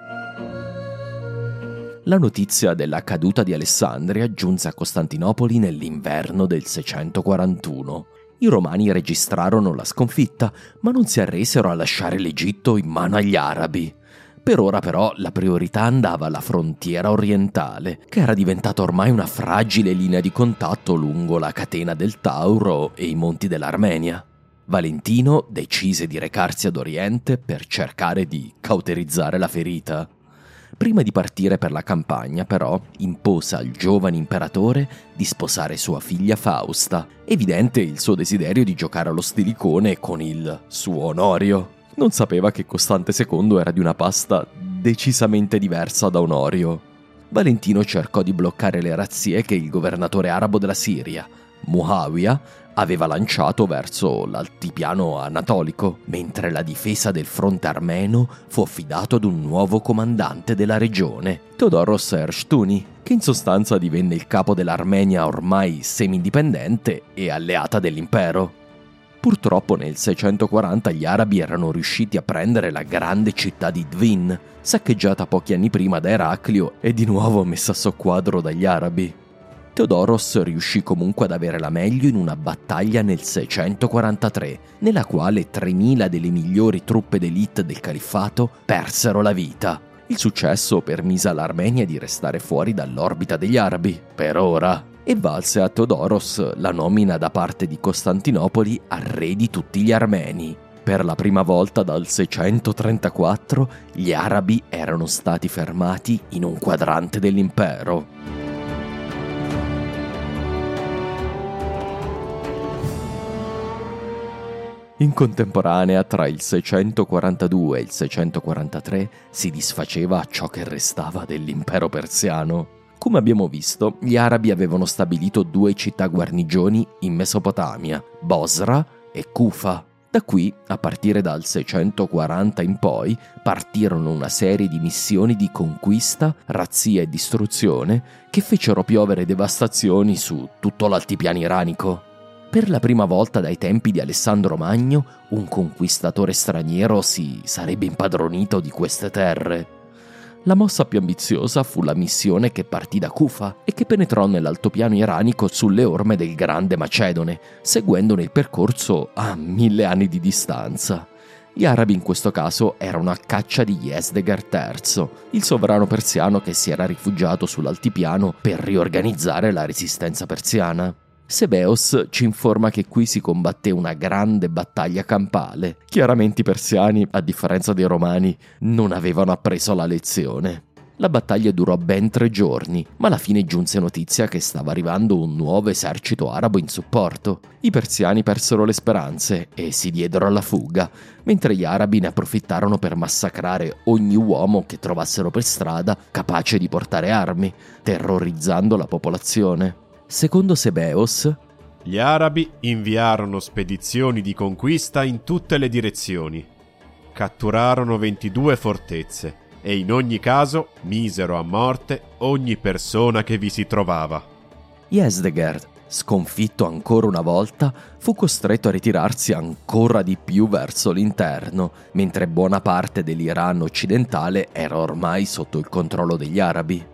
La notizia della caduta di Alessandria giunse a Costantinopoli nell'inverno del seicentoquarantuno. I romani registrarono la sconfitta, ma non si arresero a lasciare l'Egitto in mano agli arabi. Per ora però la priorità andava alla frontiera orientale, che era diventata ormai una fragile linea di contatto lungo la catena del Tauro e i monti dell'Armenia. Valentino decise di recarsi ad oriente per cercare di cauterizzare la ferita. Prima di partire per la campagna, però, impose al giovane imperatore di sposare sua figlia Fausta, evidente il suo desiderio di giocare allo stilicone con il suo Onorio. Non sapeva che Costante secondo era di una pasta decisamente diversa da Onorio. Valentino cercò di bloccare le razzie che il governatore arabo della Siria, Muawiya, aveva lanciato verso l'altipiano anatolico, mentre la difesa del fronte armeno fu affidato ad un nuovo comandante della regione, Teodoros Ershtuni, che in sostanza divenne il capo dell'Armenia ormai semi-indipendente e alleata dell'impero. Purtroppo nel seicentoquaranta gli arabi erano riusciti a prendere la grande città di Dvin, saccheggiata pochi anni prima da Eraclio e di nuovo messa a soqquadro dagli arabi. Teodoros riuscì comunque ad avere la meglio in una battaglia nel seicentoquarantatré, nella quale tremila delle migliori truppe d'élite del califfato persero la vita. Il successo permise all'Armenia di restare fuori dall'orbita degli arabi, per ora, e valse a Teodoros la nomina da parte di Costantinopoli a re di tutti gli armeni. Per la prima volta dal seicentotrentaquattro gli arabi erano stati fermati in un quadrante dell'impero. In contemporanea, tra il seicentoquarantadue e il seicentoquarantatré, si disfaceva ciò che restava dell'impero persiano. Come abbiamo visto, gli arabi avevano stabilito due città guarnigioni in Mesopotamia, Bosra e Kufa. Da qui, a partire dal seicentoquaranta in poi, partirono una serie di missioni di conquista, razzia e distruzione che fecero piovere devastazioni su tutto l'altipiano iranico. Per la prima volta dai tempi di Alessandro Magno, un conquistatore straniero si sarebbe impadronito di queste terre. La mossa più ambiziosa fu la missione che partì da Kufa e che penetrò nell'altopiano iranico sulle orme del Grande Macedone, seguendone il percorso a mille anni di distanza. Gli arabi in questo caso erano a caccia di Yezdegerd terzo, il sovrano persiano che si era rifugiato sull'altipiano per riorganizzare la resistenza persiana. Sebeos ci informa che qui si combatté una grande battaglia campale. Chiaramente i persiani, a differenza dei romani, non avevano appreso la lezione. La battaglia durò ben tre giorni, ma alla fine giunse notizia che stava arrivando un nuovo esercito arabo in supporto. I persiani persero le speranze e si diedero alla fuga, mentre gli arabi ne approfittarono per massacrare ogni uomo che trovassero per strada capace di portare armi, terrorizzando la popolazione. Secondo Sebeos, gli arabi inviarono spedizioni di conquista in tutte le direzioni. Catturarono ventidue fortezze e in ogni caso misero a morte ogni persona che vi si trovava. Yezdegerd, sconfitto ancora una volta, fu costretto a ritirarsi ancora di più verso l'interno, mentre buona parte dell'Iran occidentale era ormai sotto il controllo degli arabi.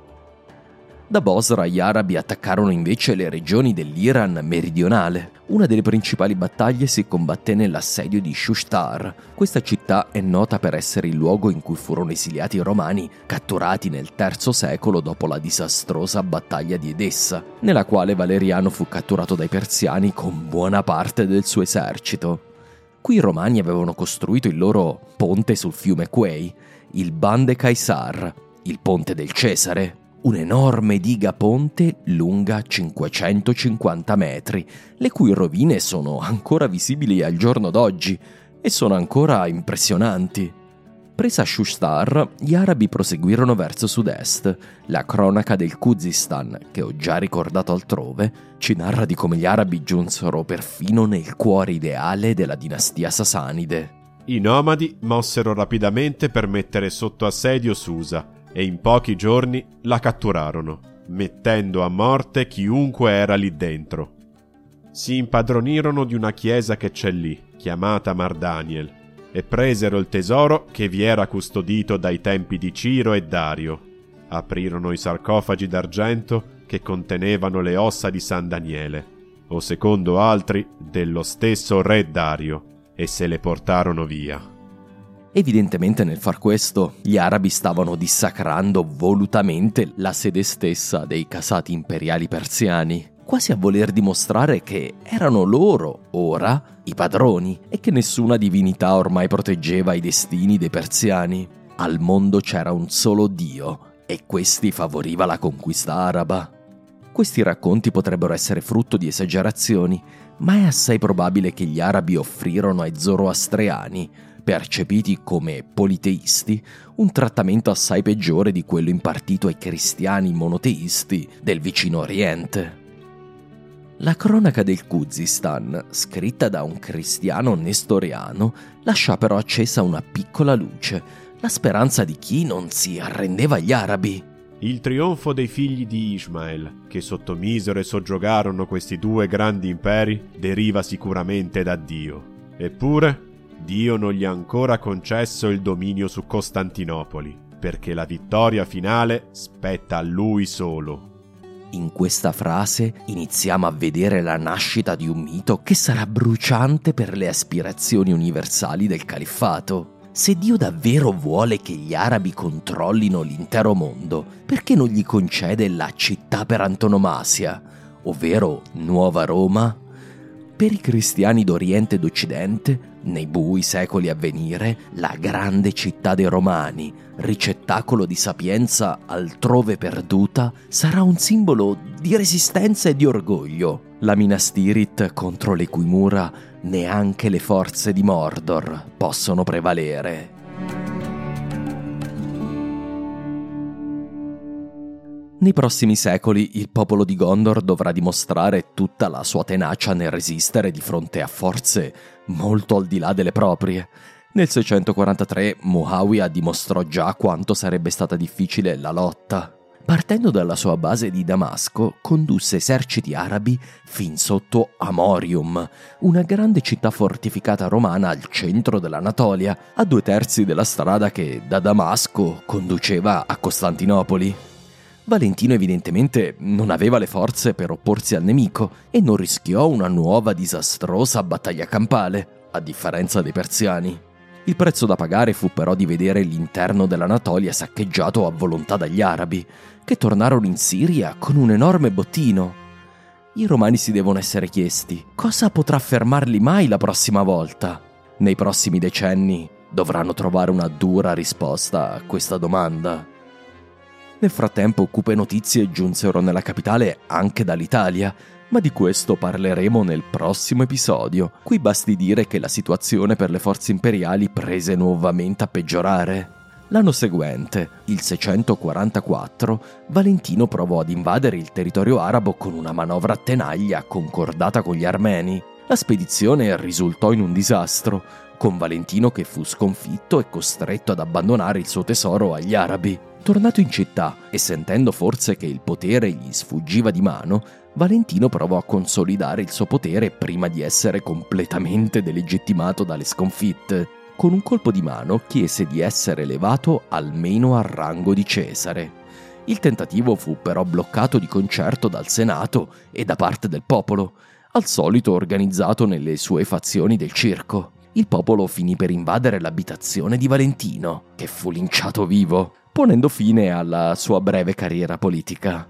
Da Bosra gli arabi attaccarono invece le regioni dell'Iran meridionale. Una delle principali battaglie si combatté nell'assedio di Shushtar. Questa città è nota per essere il luogo in cui furono esiliati i romani, catturati nel terzo secolo dopo la disastrosa battaglia di Edessa, nella quale Valeriano fu catturato dai persiani con buona parte del suo esercito. Qui i romani avevano costruito il loro ponte sul fiume Quei, il Bande Caesar, il ponte del Cesare. Un'enorme diga ponte lunga cinquecentocinquanta metri, le cui rovine sono ancora visibili al giorno d'oggi e sono ancora impressionanti. Presa Shushtar, gli arabi proseguirono verso sud-est. La cronaca del Khuzistan, che ho già ricordato altrove, ci narra di come gli arabi giunsero perfino nel cuore ideale della dinastia Sasanide. I nomadi mossero rapidamente per mettere sotto assedio Susa, e in pochi giorni la catturarono, mettendo a morte chiunque era lì dentro. Si impadronirono di una chiesa che c'è lì, chiamata Mar Daniel, e presero il tesoro che vi era custodito dai tempi di Ciro e Dario. Aprirono i sarcofagi d'argento che contenevano le ossa di San Daniele, o secondo altri dello stesso re Dario, e se le portarono via. Evidentemente nel far questo gli arabi stavano dissacrando volutamente la sede stessa dei casati imperiali persiani, quasi a voler dimostrare che erano loro, ora, i padroni e che nessuna divinità ormai proteggeva i destini dei persiani. Al mondo c'era un solo Dio e questi favoriva la conquista araba. Questi racconti potrebbero essere frutto di esagerazioni, ma è assai probabile che gli arabi offrirono ai zoroastriani, percepiti come politeisti, un trattamento assai peggiore di quello impartito ai cristiani monoteisti del vicino Oriente. La cronaca del Khuzistan, scritta da un cristiano nestoriano, lascia però accesa una piccola luce, la speranza di chi non si arrendeva agli arabi. Il trionfo dei figli di Ismael, che sottomisero e soggiogarono questi due grandi imperi, deriva sicuramente da Dio. Eppure, Dio non gli ha ancora concesso il dominio su Costantinopoli, perché la vittoria finale spetta a lui solo. In questa frase iniziamo a vedere la nascita di un mito che sarà bruciante per le aspirazioni universali del califfato. Se Dio davvero vuole che gli arabi controllino l'intero mondo, perché non gli concede la città per antonomasia, ovvero Nuova Roma? Per i cristiani d'Oriente ed Occidente, nei bui secoli a venire, la grande città dei Romani, ricettacolo di sapienza altrove perduta, sarà un simbolo di resistenza e di orgoglio. La Minas Tirith contro le cui mura neanche le forze di Mordor possono prevalere. Nei prossimi secoli il popolo di Gondor dovrà dimostrare tutta la sua tenacia nel resistere di fronte a forze molto al di là delle proprie. Nel seicentoquarantatré Muawiya dimostrò già quanto sarebbe stata difficile la lotta. Partendo dalla sua base di Damasco, condusse eserciti arabi fin sotto Amorium, una grande città fortificata romana al centro dell'Anatolia, a due terzi della strada che da Damasco conduceva a Costantinopoli. Valentino evidentemente non aveva le forze per opporsi al nemico e non rischiò una nuova disastrosa battaglia campale, a differenza dei persiani. Il prezzo da pagare fu però di vedere l'interno dell'Anatolia saccheggiato a volontà dagli arabi, che tornarono in Siria con un enorme bottino. I romani si devono essere chiesti: cosa potrà fermarli mai la prossima volta? Nei prossimi decenni dovranno trovare una dura risposta a questa domanda. Nel frattempo cupe notizie giunsero nella capitale anche dall'Italia, ma di questo parleremo nel prossimo episodio. Qui basti dire che la situazione per le forze imperiali prese nuovamente a peggiorare. L'anno seguente, il seicentoquarantaquattro, Valentino provò ad invadere il territorio arabo con una manovra a tenaglia concordata con gli armeni. La spedizione risultò in un disastro, con Valentino che fu sconfitto e costretto ad abbandonare il suo tesoro agli arabi. Tornato in città e sentendo forse che il potere gli sfuggiva di mano, Valentino provò a consolidare il suo potere prima di essere completamente delegittimato dalle sconfitte. Con un colpo di mano chiese di essere elevato almeno al rango di Cesare. Il tentativo fu però bloccato di concerto dal Senato e da parte del popolo, al solito organizzato nelle sue fazioni del circo. Il popolo finì per invadere l'abitazione di Valentino, che fu linciato vivo, ponendo fine alla sua breve carriera politica.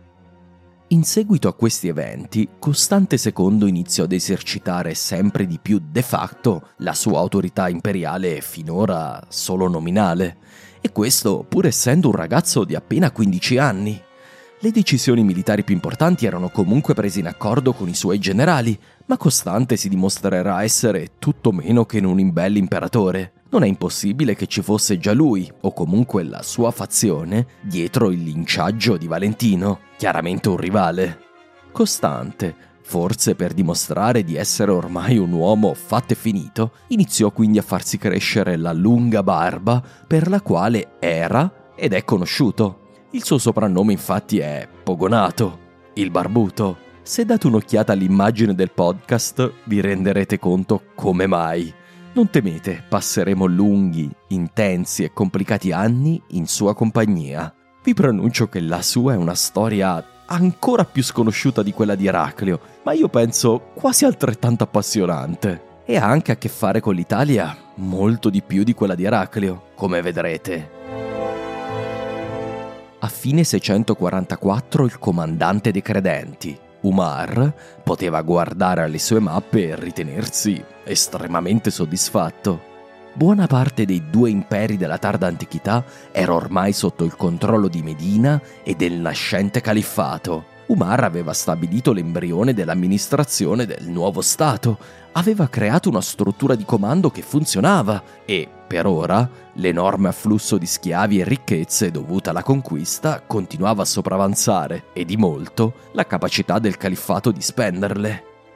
In seguito a questi eventi, Costante secondo iniziò ad esercitare sempre di più de facto la sua autorità imperiale finora solo nominale, e questo pur essendo un ragazzo di appena quindici anni. Le decisioni militari più importanti erano comunque prese in accordo con i suoi generali, ma Costante si dimostrerà essere tutto meno che un imbelle imperatore. Non è impossibile che ci fosse già lui, o comunque la sua fazione, dietro il linciaggio di Valentino, chiaramente un rivale. Costante, forse per dimostrare di essere ormai un uomo fatto e finito, iniziò quindi a farsi crescere la lunga barba per la quale era ed è conosciuto. Il suo soprannome infatti è Pogonato, il barbuto. Se date un'occhiata all'immagine del podcast vi renderete conto come mai. Non temete, passeremo lunghi, intensi e complicati anni in sua compagnia. Vi preannuncio che la sua è una storia ancora più sconosciuta di quella di Eraclio, ma io penso quasi altrettanto appassionante. E ha anche a che fare con l'Italia molto di più di quella di Eraclio, come vedrete. A fine seicentoquarantaquattro il comandante dei credenti, Umar, poteva guardare alle sue mappe e ritenersi estremamente soddisfatto. Buona parte dei due imperi della tarda antichità era ormai sotto il controllo di Medina e del nascente califfato. Umar aveva stabilito l'embrione dell'amministrazione del nuovo Stato, aveva creato una struttura di comando che funzionava e, per ora, l'enorme afflusso di schiavi e ricchezze dovuta alla conquista continuava a sopravanzare e di molto la capacità del califfato di spenderle.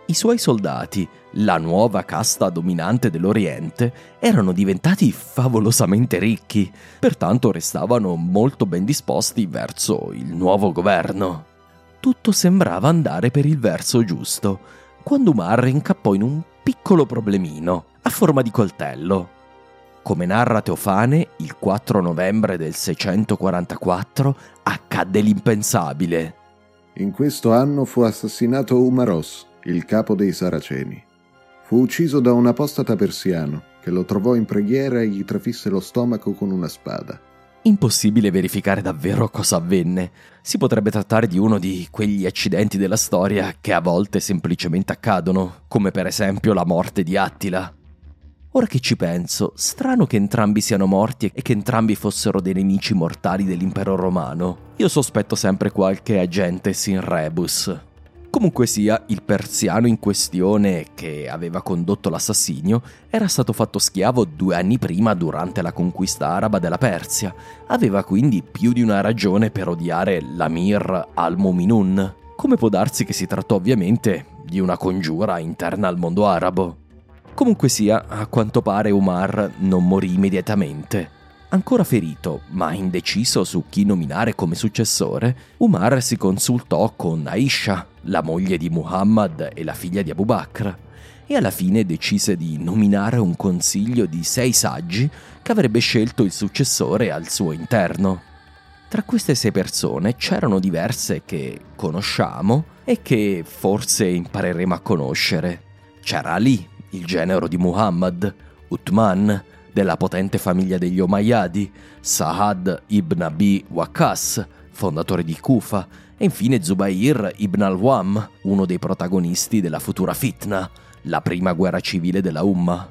I suoi soldati, la nuova casta dominante dell'Oriente, erano diventati favolosamente ricchi, pertanto restavano molto ben disposti verso il nuovo governo. Tutto sembrava andare per il verso giusto, quando Umar incappò in un piccolo problemino, a forma di coltello. Come narra Teofane, il quattro novembre del seicentoquarantaquattro accadde l'impensabile. In questo anno fu assassinato Umaros, il capo dei Saraceni. Fu ucciso da un apostata persiano che lo trovò in preghiera e gli trafisse lo stomaco con una spada. Impossibile verificare davvero cosa avvenne. Si potrebbe trattare di uno di quegli accidenti della storia che a volte semplicemente accadono, come per esempio la morte di Attila. Ora che ci penso, strano che entrambi siano morti e che entrambi fossero dei nemici mortali dell'impero romano. Io sospetto sempre qualche agentes in rebus. Comunque sia, il persiano in questione che aveva condotto l'assassinio era stato fatto schiavo due anni prima durante la conquista araba della Persia. Aveva quindi più di una ragione per odiare l'Amir al-Muminun. Come può darsi che si trattò ovviamente di una congiura interna al mondo arabo. Comunque sia, a quanto pare Umar non morì immediatamente. Ancora ferito, ma indeciso su chi nominare come successore, Umar si consultò con Aisha, la moglie di Muhammad e la figlia di Abu Bakr, e alla fine decise di nominare un consiglio di sei saggi che avrebbe scelto il successore al suo interno. Tra queste sei persone c'erano diverse che conosciamo e che forse impareremo a conoscere. C'era Ali, il genero di Muhammad, Uthman, della potente famiglia degli Omayyadi, Sa'ad ibn Abi Waqqas, fondatore di Kufa, e infine Zubair ibn al-Wam, uno dei protagonisti della futura fitna, la prima guerra civile della Umma.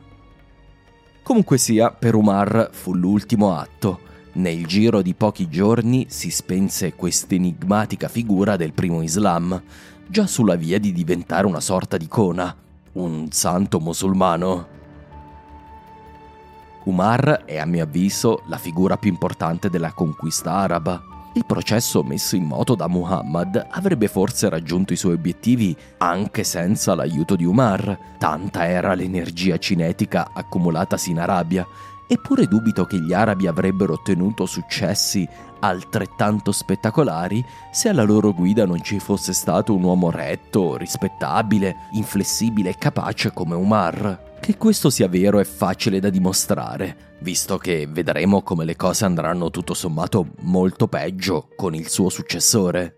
Comunque sia, per Umar fu l'ultimo atto. Nel giro di pochi giorni si spense quest'enigmatica figura del primo Islam, già sulla via di diventare una sorta di icona, un santo musulmano. Umar è a mio avviso la figura più importante della conquista araba. Il processo messo in moto da Muhammad avrebbe forse raggiunto i suoi obiettivi anche senza l'aiuto di Umar, tanta era l'energia cinetica accumulatasi in Arabia, eppure dubito che gli arabi avrebbero ottenuto successi altrettanto spettacolari se alla loro guida non ci fosse stato un uomo retto, rispettabile, inflessibile e capace come Umar. Che questo sia vero è facile da dimostrare, visto che vedremo come le cose andranno tutto sommato molto peggio con il suo successore.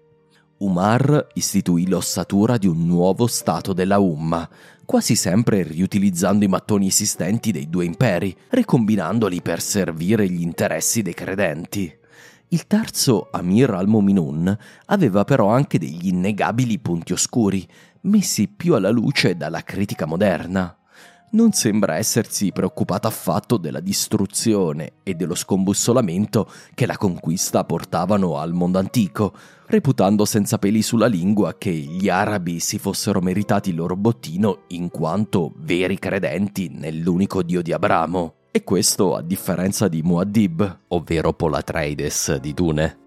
Umar istituì l'ossatura di un nuovo stato della Umma, quasi sempre riutilizzando i mattoni esistenti dei due imperi, ricombinandoli per servire gli interessi dei credenti. Il terzo Amir al-Muminun aveva però anche degli innegabili punti oscuri, messi più alla luce dalla critica moderna. Non sembra essersi preoccupato affatto della distruzione e dello scombussolamento che la conquista portavano al mondo antico, reputando senza peli sulla lingua che gli arabi si fossero meritati il loro bottino in quanto veri credenti nell'unico Dio di Abramo. E questo a differenza di Muad'Dib, ovvero Polatreides di Dune.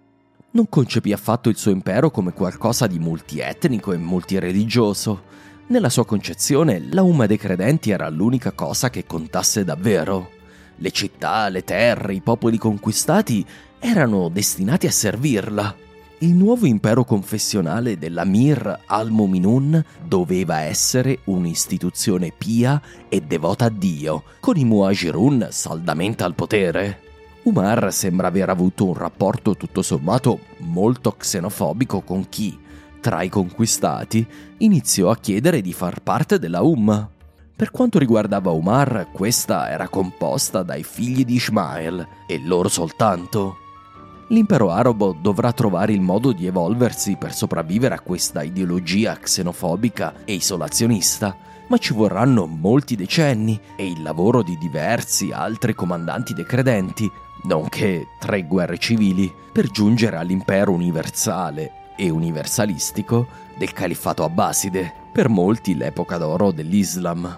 Non concepì affatto il suo impero come qualcosa di multietnico e multireligioso. Nella sua concezione, la Umma dei credenti era l'unica cosa che contasse davvero. Le città, le terre, i popoli conquistati erano destinati a servirla. Il nuovo impero confessionale dell'Amir al-Muminun doveva essere un'istituzione pia e devota a Dio, con i Muhajirun saldamente al potere. Umar sembra aver avuto un rapporto tutto sommato molto xenofobico con chi, tra i conquistati, iniziò a chiedere di far parte della Umma. Per quanto riguardava Umar, questa era composta dai figli di Ismael e loro soltanto. L'impero arabo dovrà trovare il modo di evolversi per sopravvivere a questa ideologia xenofobica e isolazionista, ma ci vorranno molti decenni e il lavoro di diversi altri comandanti dei credenti, nonché tre guerre civili, per giungere all'impero universale e universalistico del califfato abbaside, per molti l'epoca d'oro dell'Islam.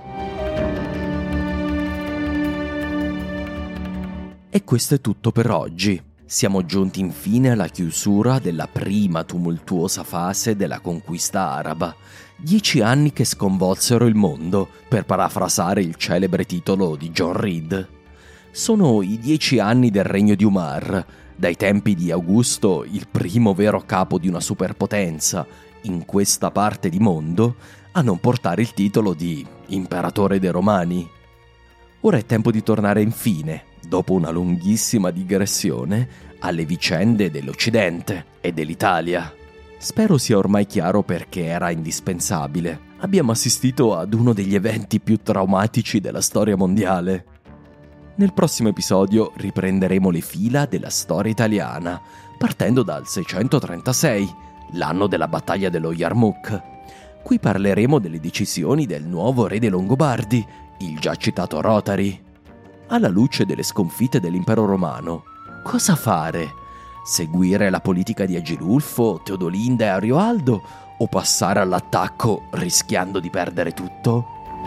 E questo è tutto per oggi. siamo giunti infine alla chiusura della prima tumultuosa fase della conquista araba. Dieci anni che sconvolsero il mondo, per parafrasare il celebre titolo di John Reed. Sono i dieci anni del regno di Umar, dai tempi di Augusto, il primo vero capo di una superpotenza in questa parte di mondo, a non portare il titolo di imperatore dei Romani. Ora è tempo di tornare infine, dopo una lunghissima digressione, alle vicende dell'Occidente e dell'Italia. Spero sia ormai chiaro perché era indispensabile. Abbiamo assistito ad uno degli eventi più traumatici della storia mondiale. Nel prossimo episodio riprenderemo le fila della storia italiana, partendo dal seicentotrentasei, l'anno della battaglia dello Yarmouk. Qui parleremo delle decisioni del nuovo re dei Longobardi, il già citato Rotary. Alla luce delle sconfitte dell'impero romano, cosa fare? Seguire la politica di Agilulfo, Teodolinda e Arioaldo o passare all'attacco rischiando di perdere tutto?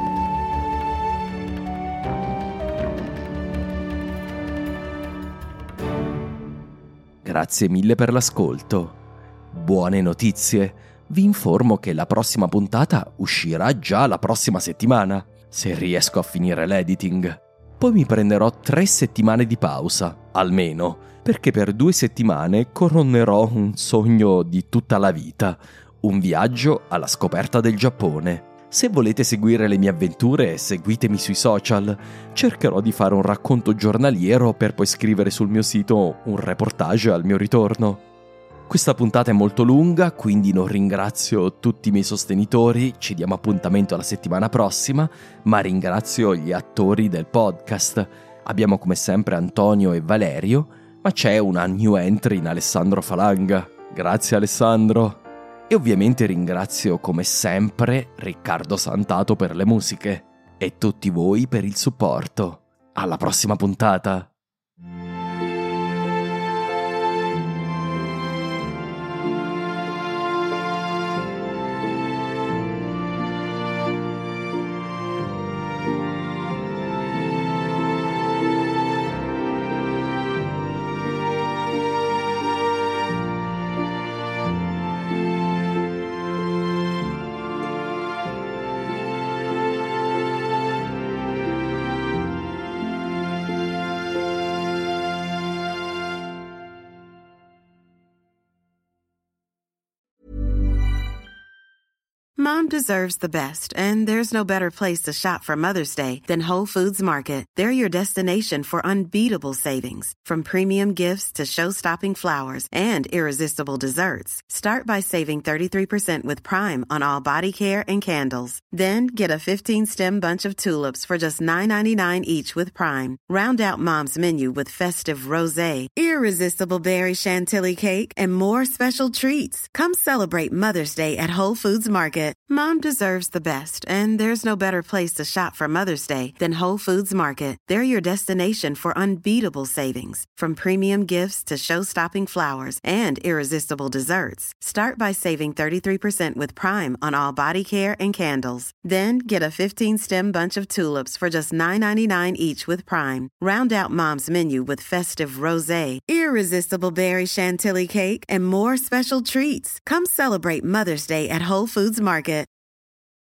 Grazie mille per l'ascolto. Buone notizie. Vi informo che la prossima puntata uscirà già la prossima settimana, se riesco a finire l'editing. Poi mi prenderò tre settimane di pausa, almeno, perché per due settimane coronerò un sogno di tutta la vita, un viaggio alla scoperta del Giappone. Se volete seguire le mie avventure, seguitemi sui social. Cercherò di fare un racconto giornaliero per poi scrivere sul mio sito un reportage al mio ritorno. Questa puntata è molto lunga, quindi non ringrazio tutti i miei sostenitori, ci diamo appuntamento alla settimana prossima, ma ringrazio gli attori del podcast. Abbiamo come sempre Antonio e Valerio, ma c'è una new entry in Alessandro Falanga. Grazie Alessandro! E ovviamente ringrazio come sempre Riccardo Santato per le musiche e tutti voi per il supporto. Alla prossima puntata! Mom deserves the best, and there's no better place to shop for Mother's Day than Whole Foods Market. They're your destination for unbeatable savings, from premium gifts to show-stopping flowers and irresistible desserts. Start by saving thirty-three percent with Prime on all body care and candles. Then get a fifteen-stem bunch of tulips for just nine ninety-nine each with Prime. Round out Mom's menu with festive rosé, irresistible berry chantilly cake, and more special treats. Come celebrate Mother's Day at Whole Foods Market. Mom deserves the best, and there's no better place to shop for Mother's Day than Whole Foods Market. They're your destination for unbeatable savings, from premium gifts to show-stopping flowers and irresistible desserts. Start by saving thirty-three percent with Prime on all body care and candles. Then get a fifteen-stem bunch of tulips for just nine ninety-nine each with Prime. Round out Mom's menu with festive rosé, irresistible berry chantilly cake, and more special treats. Come celebrate Mother's Day at Whole Foods Market.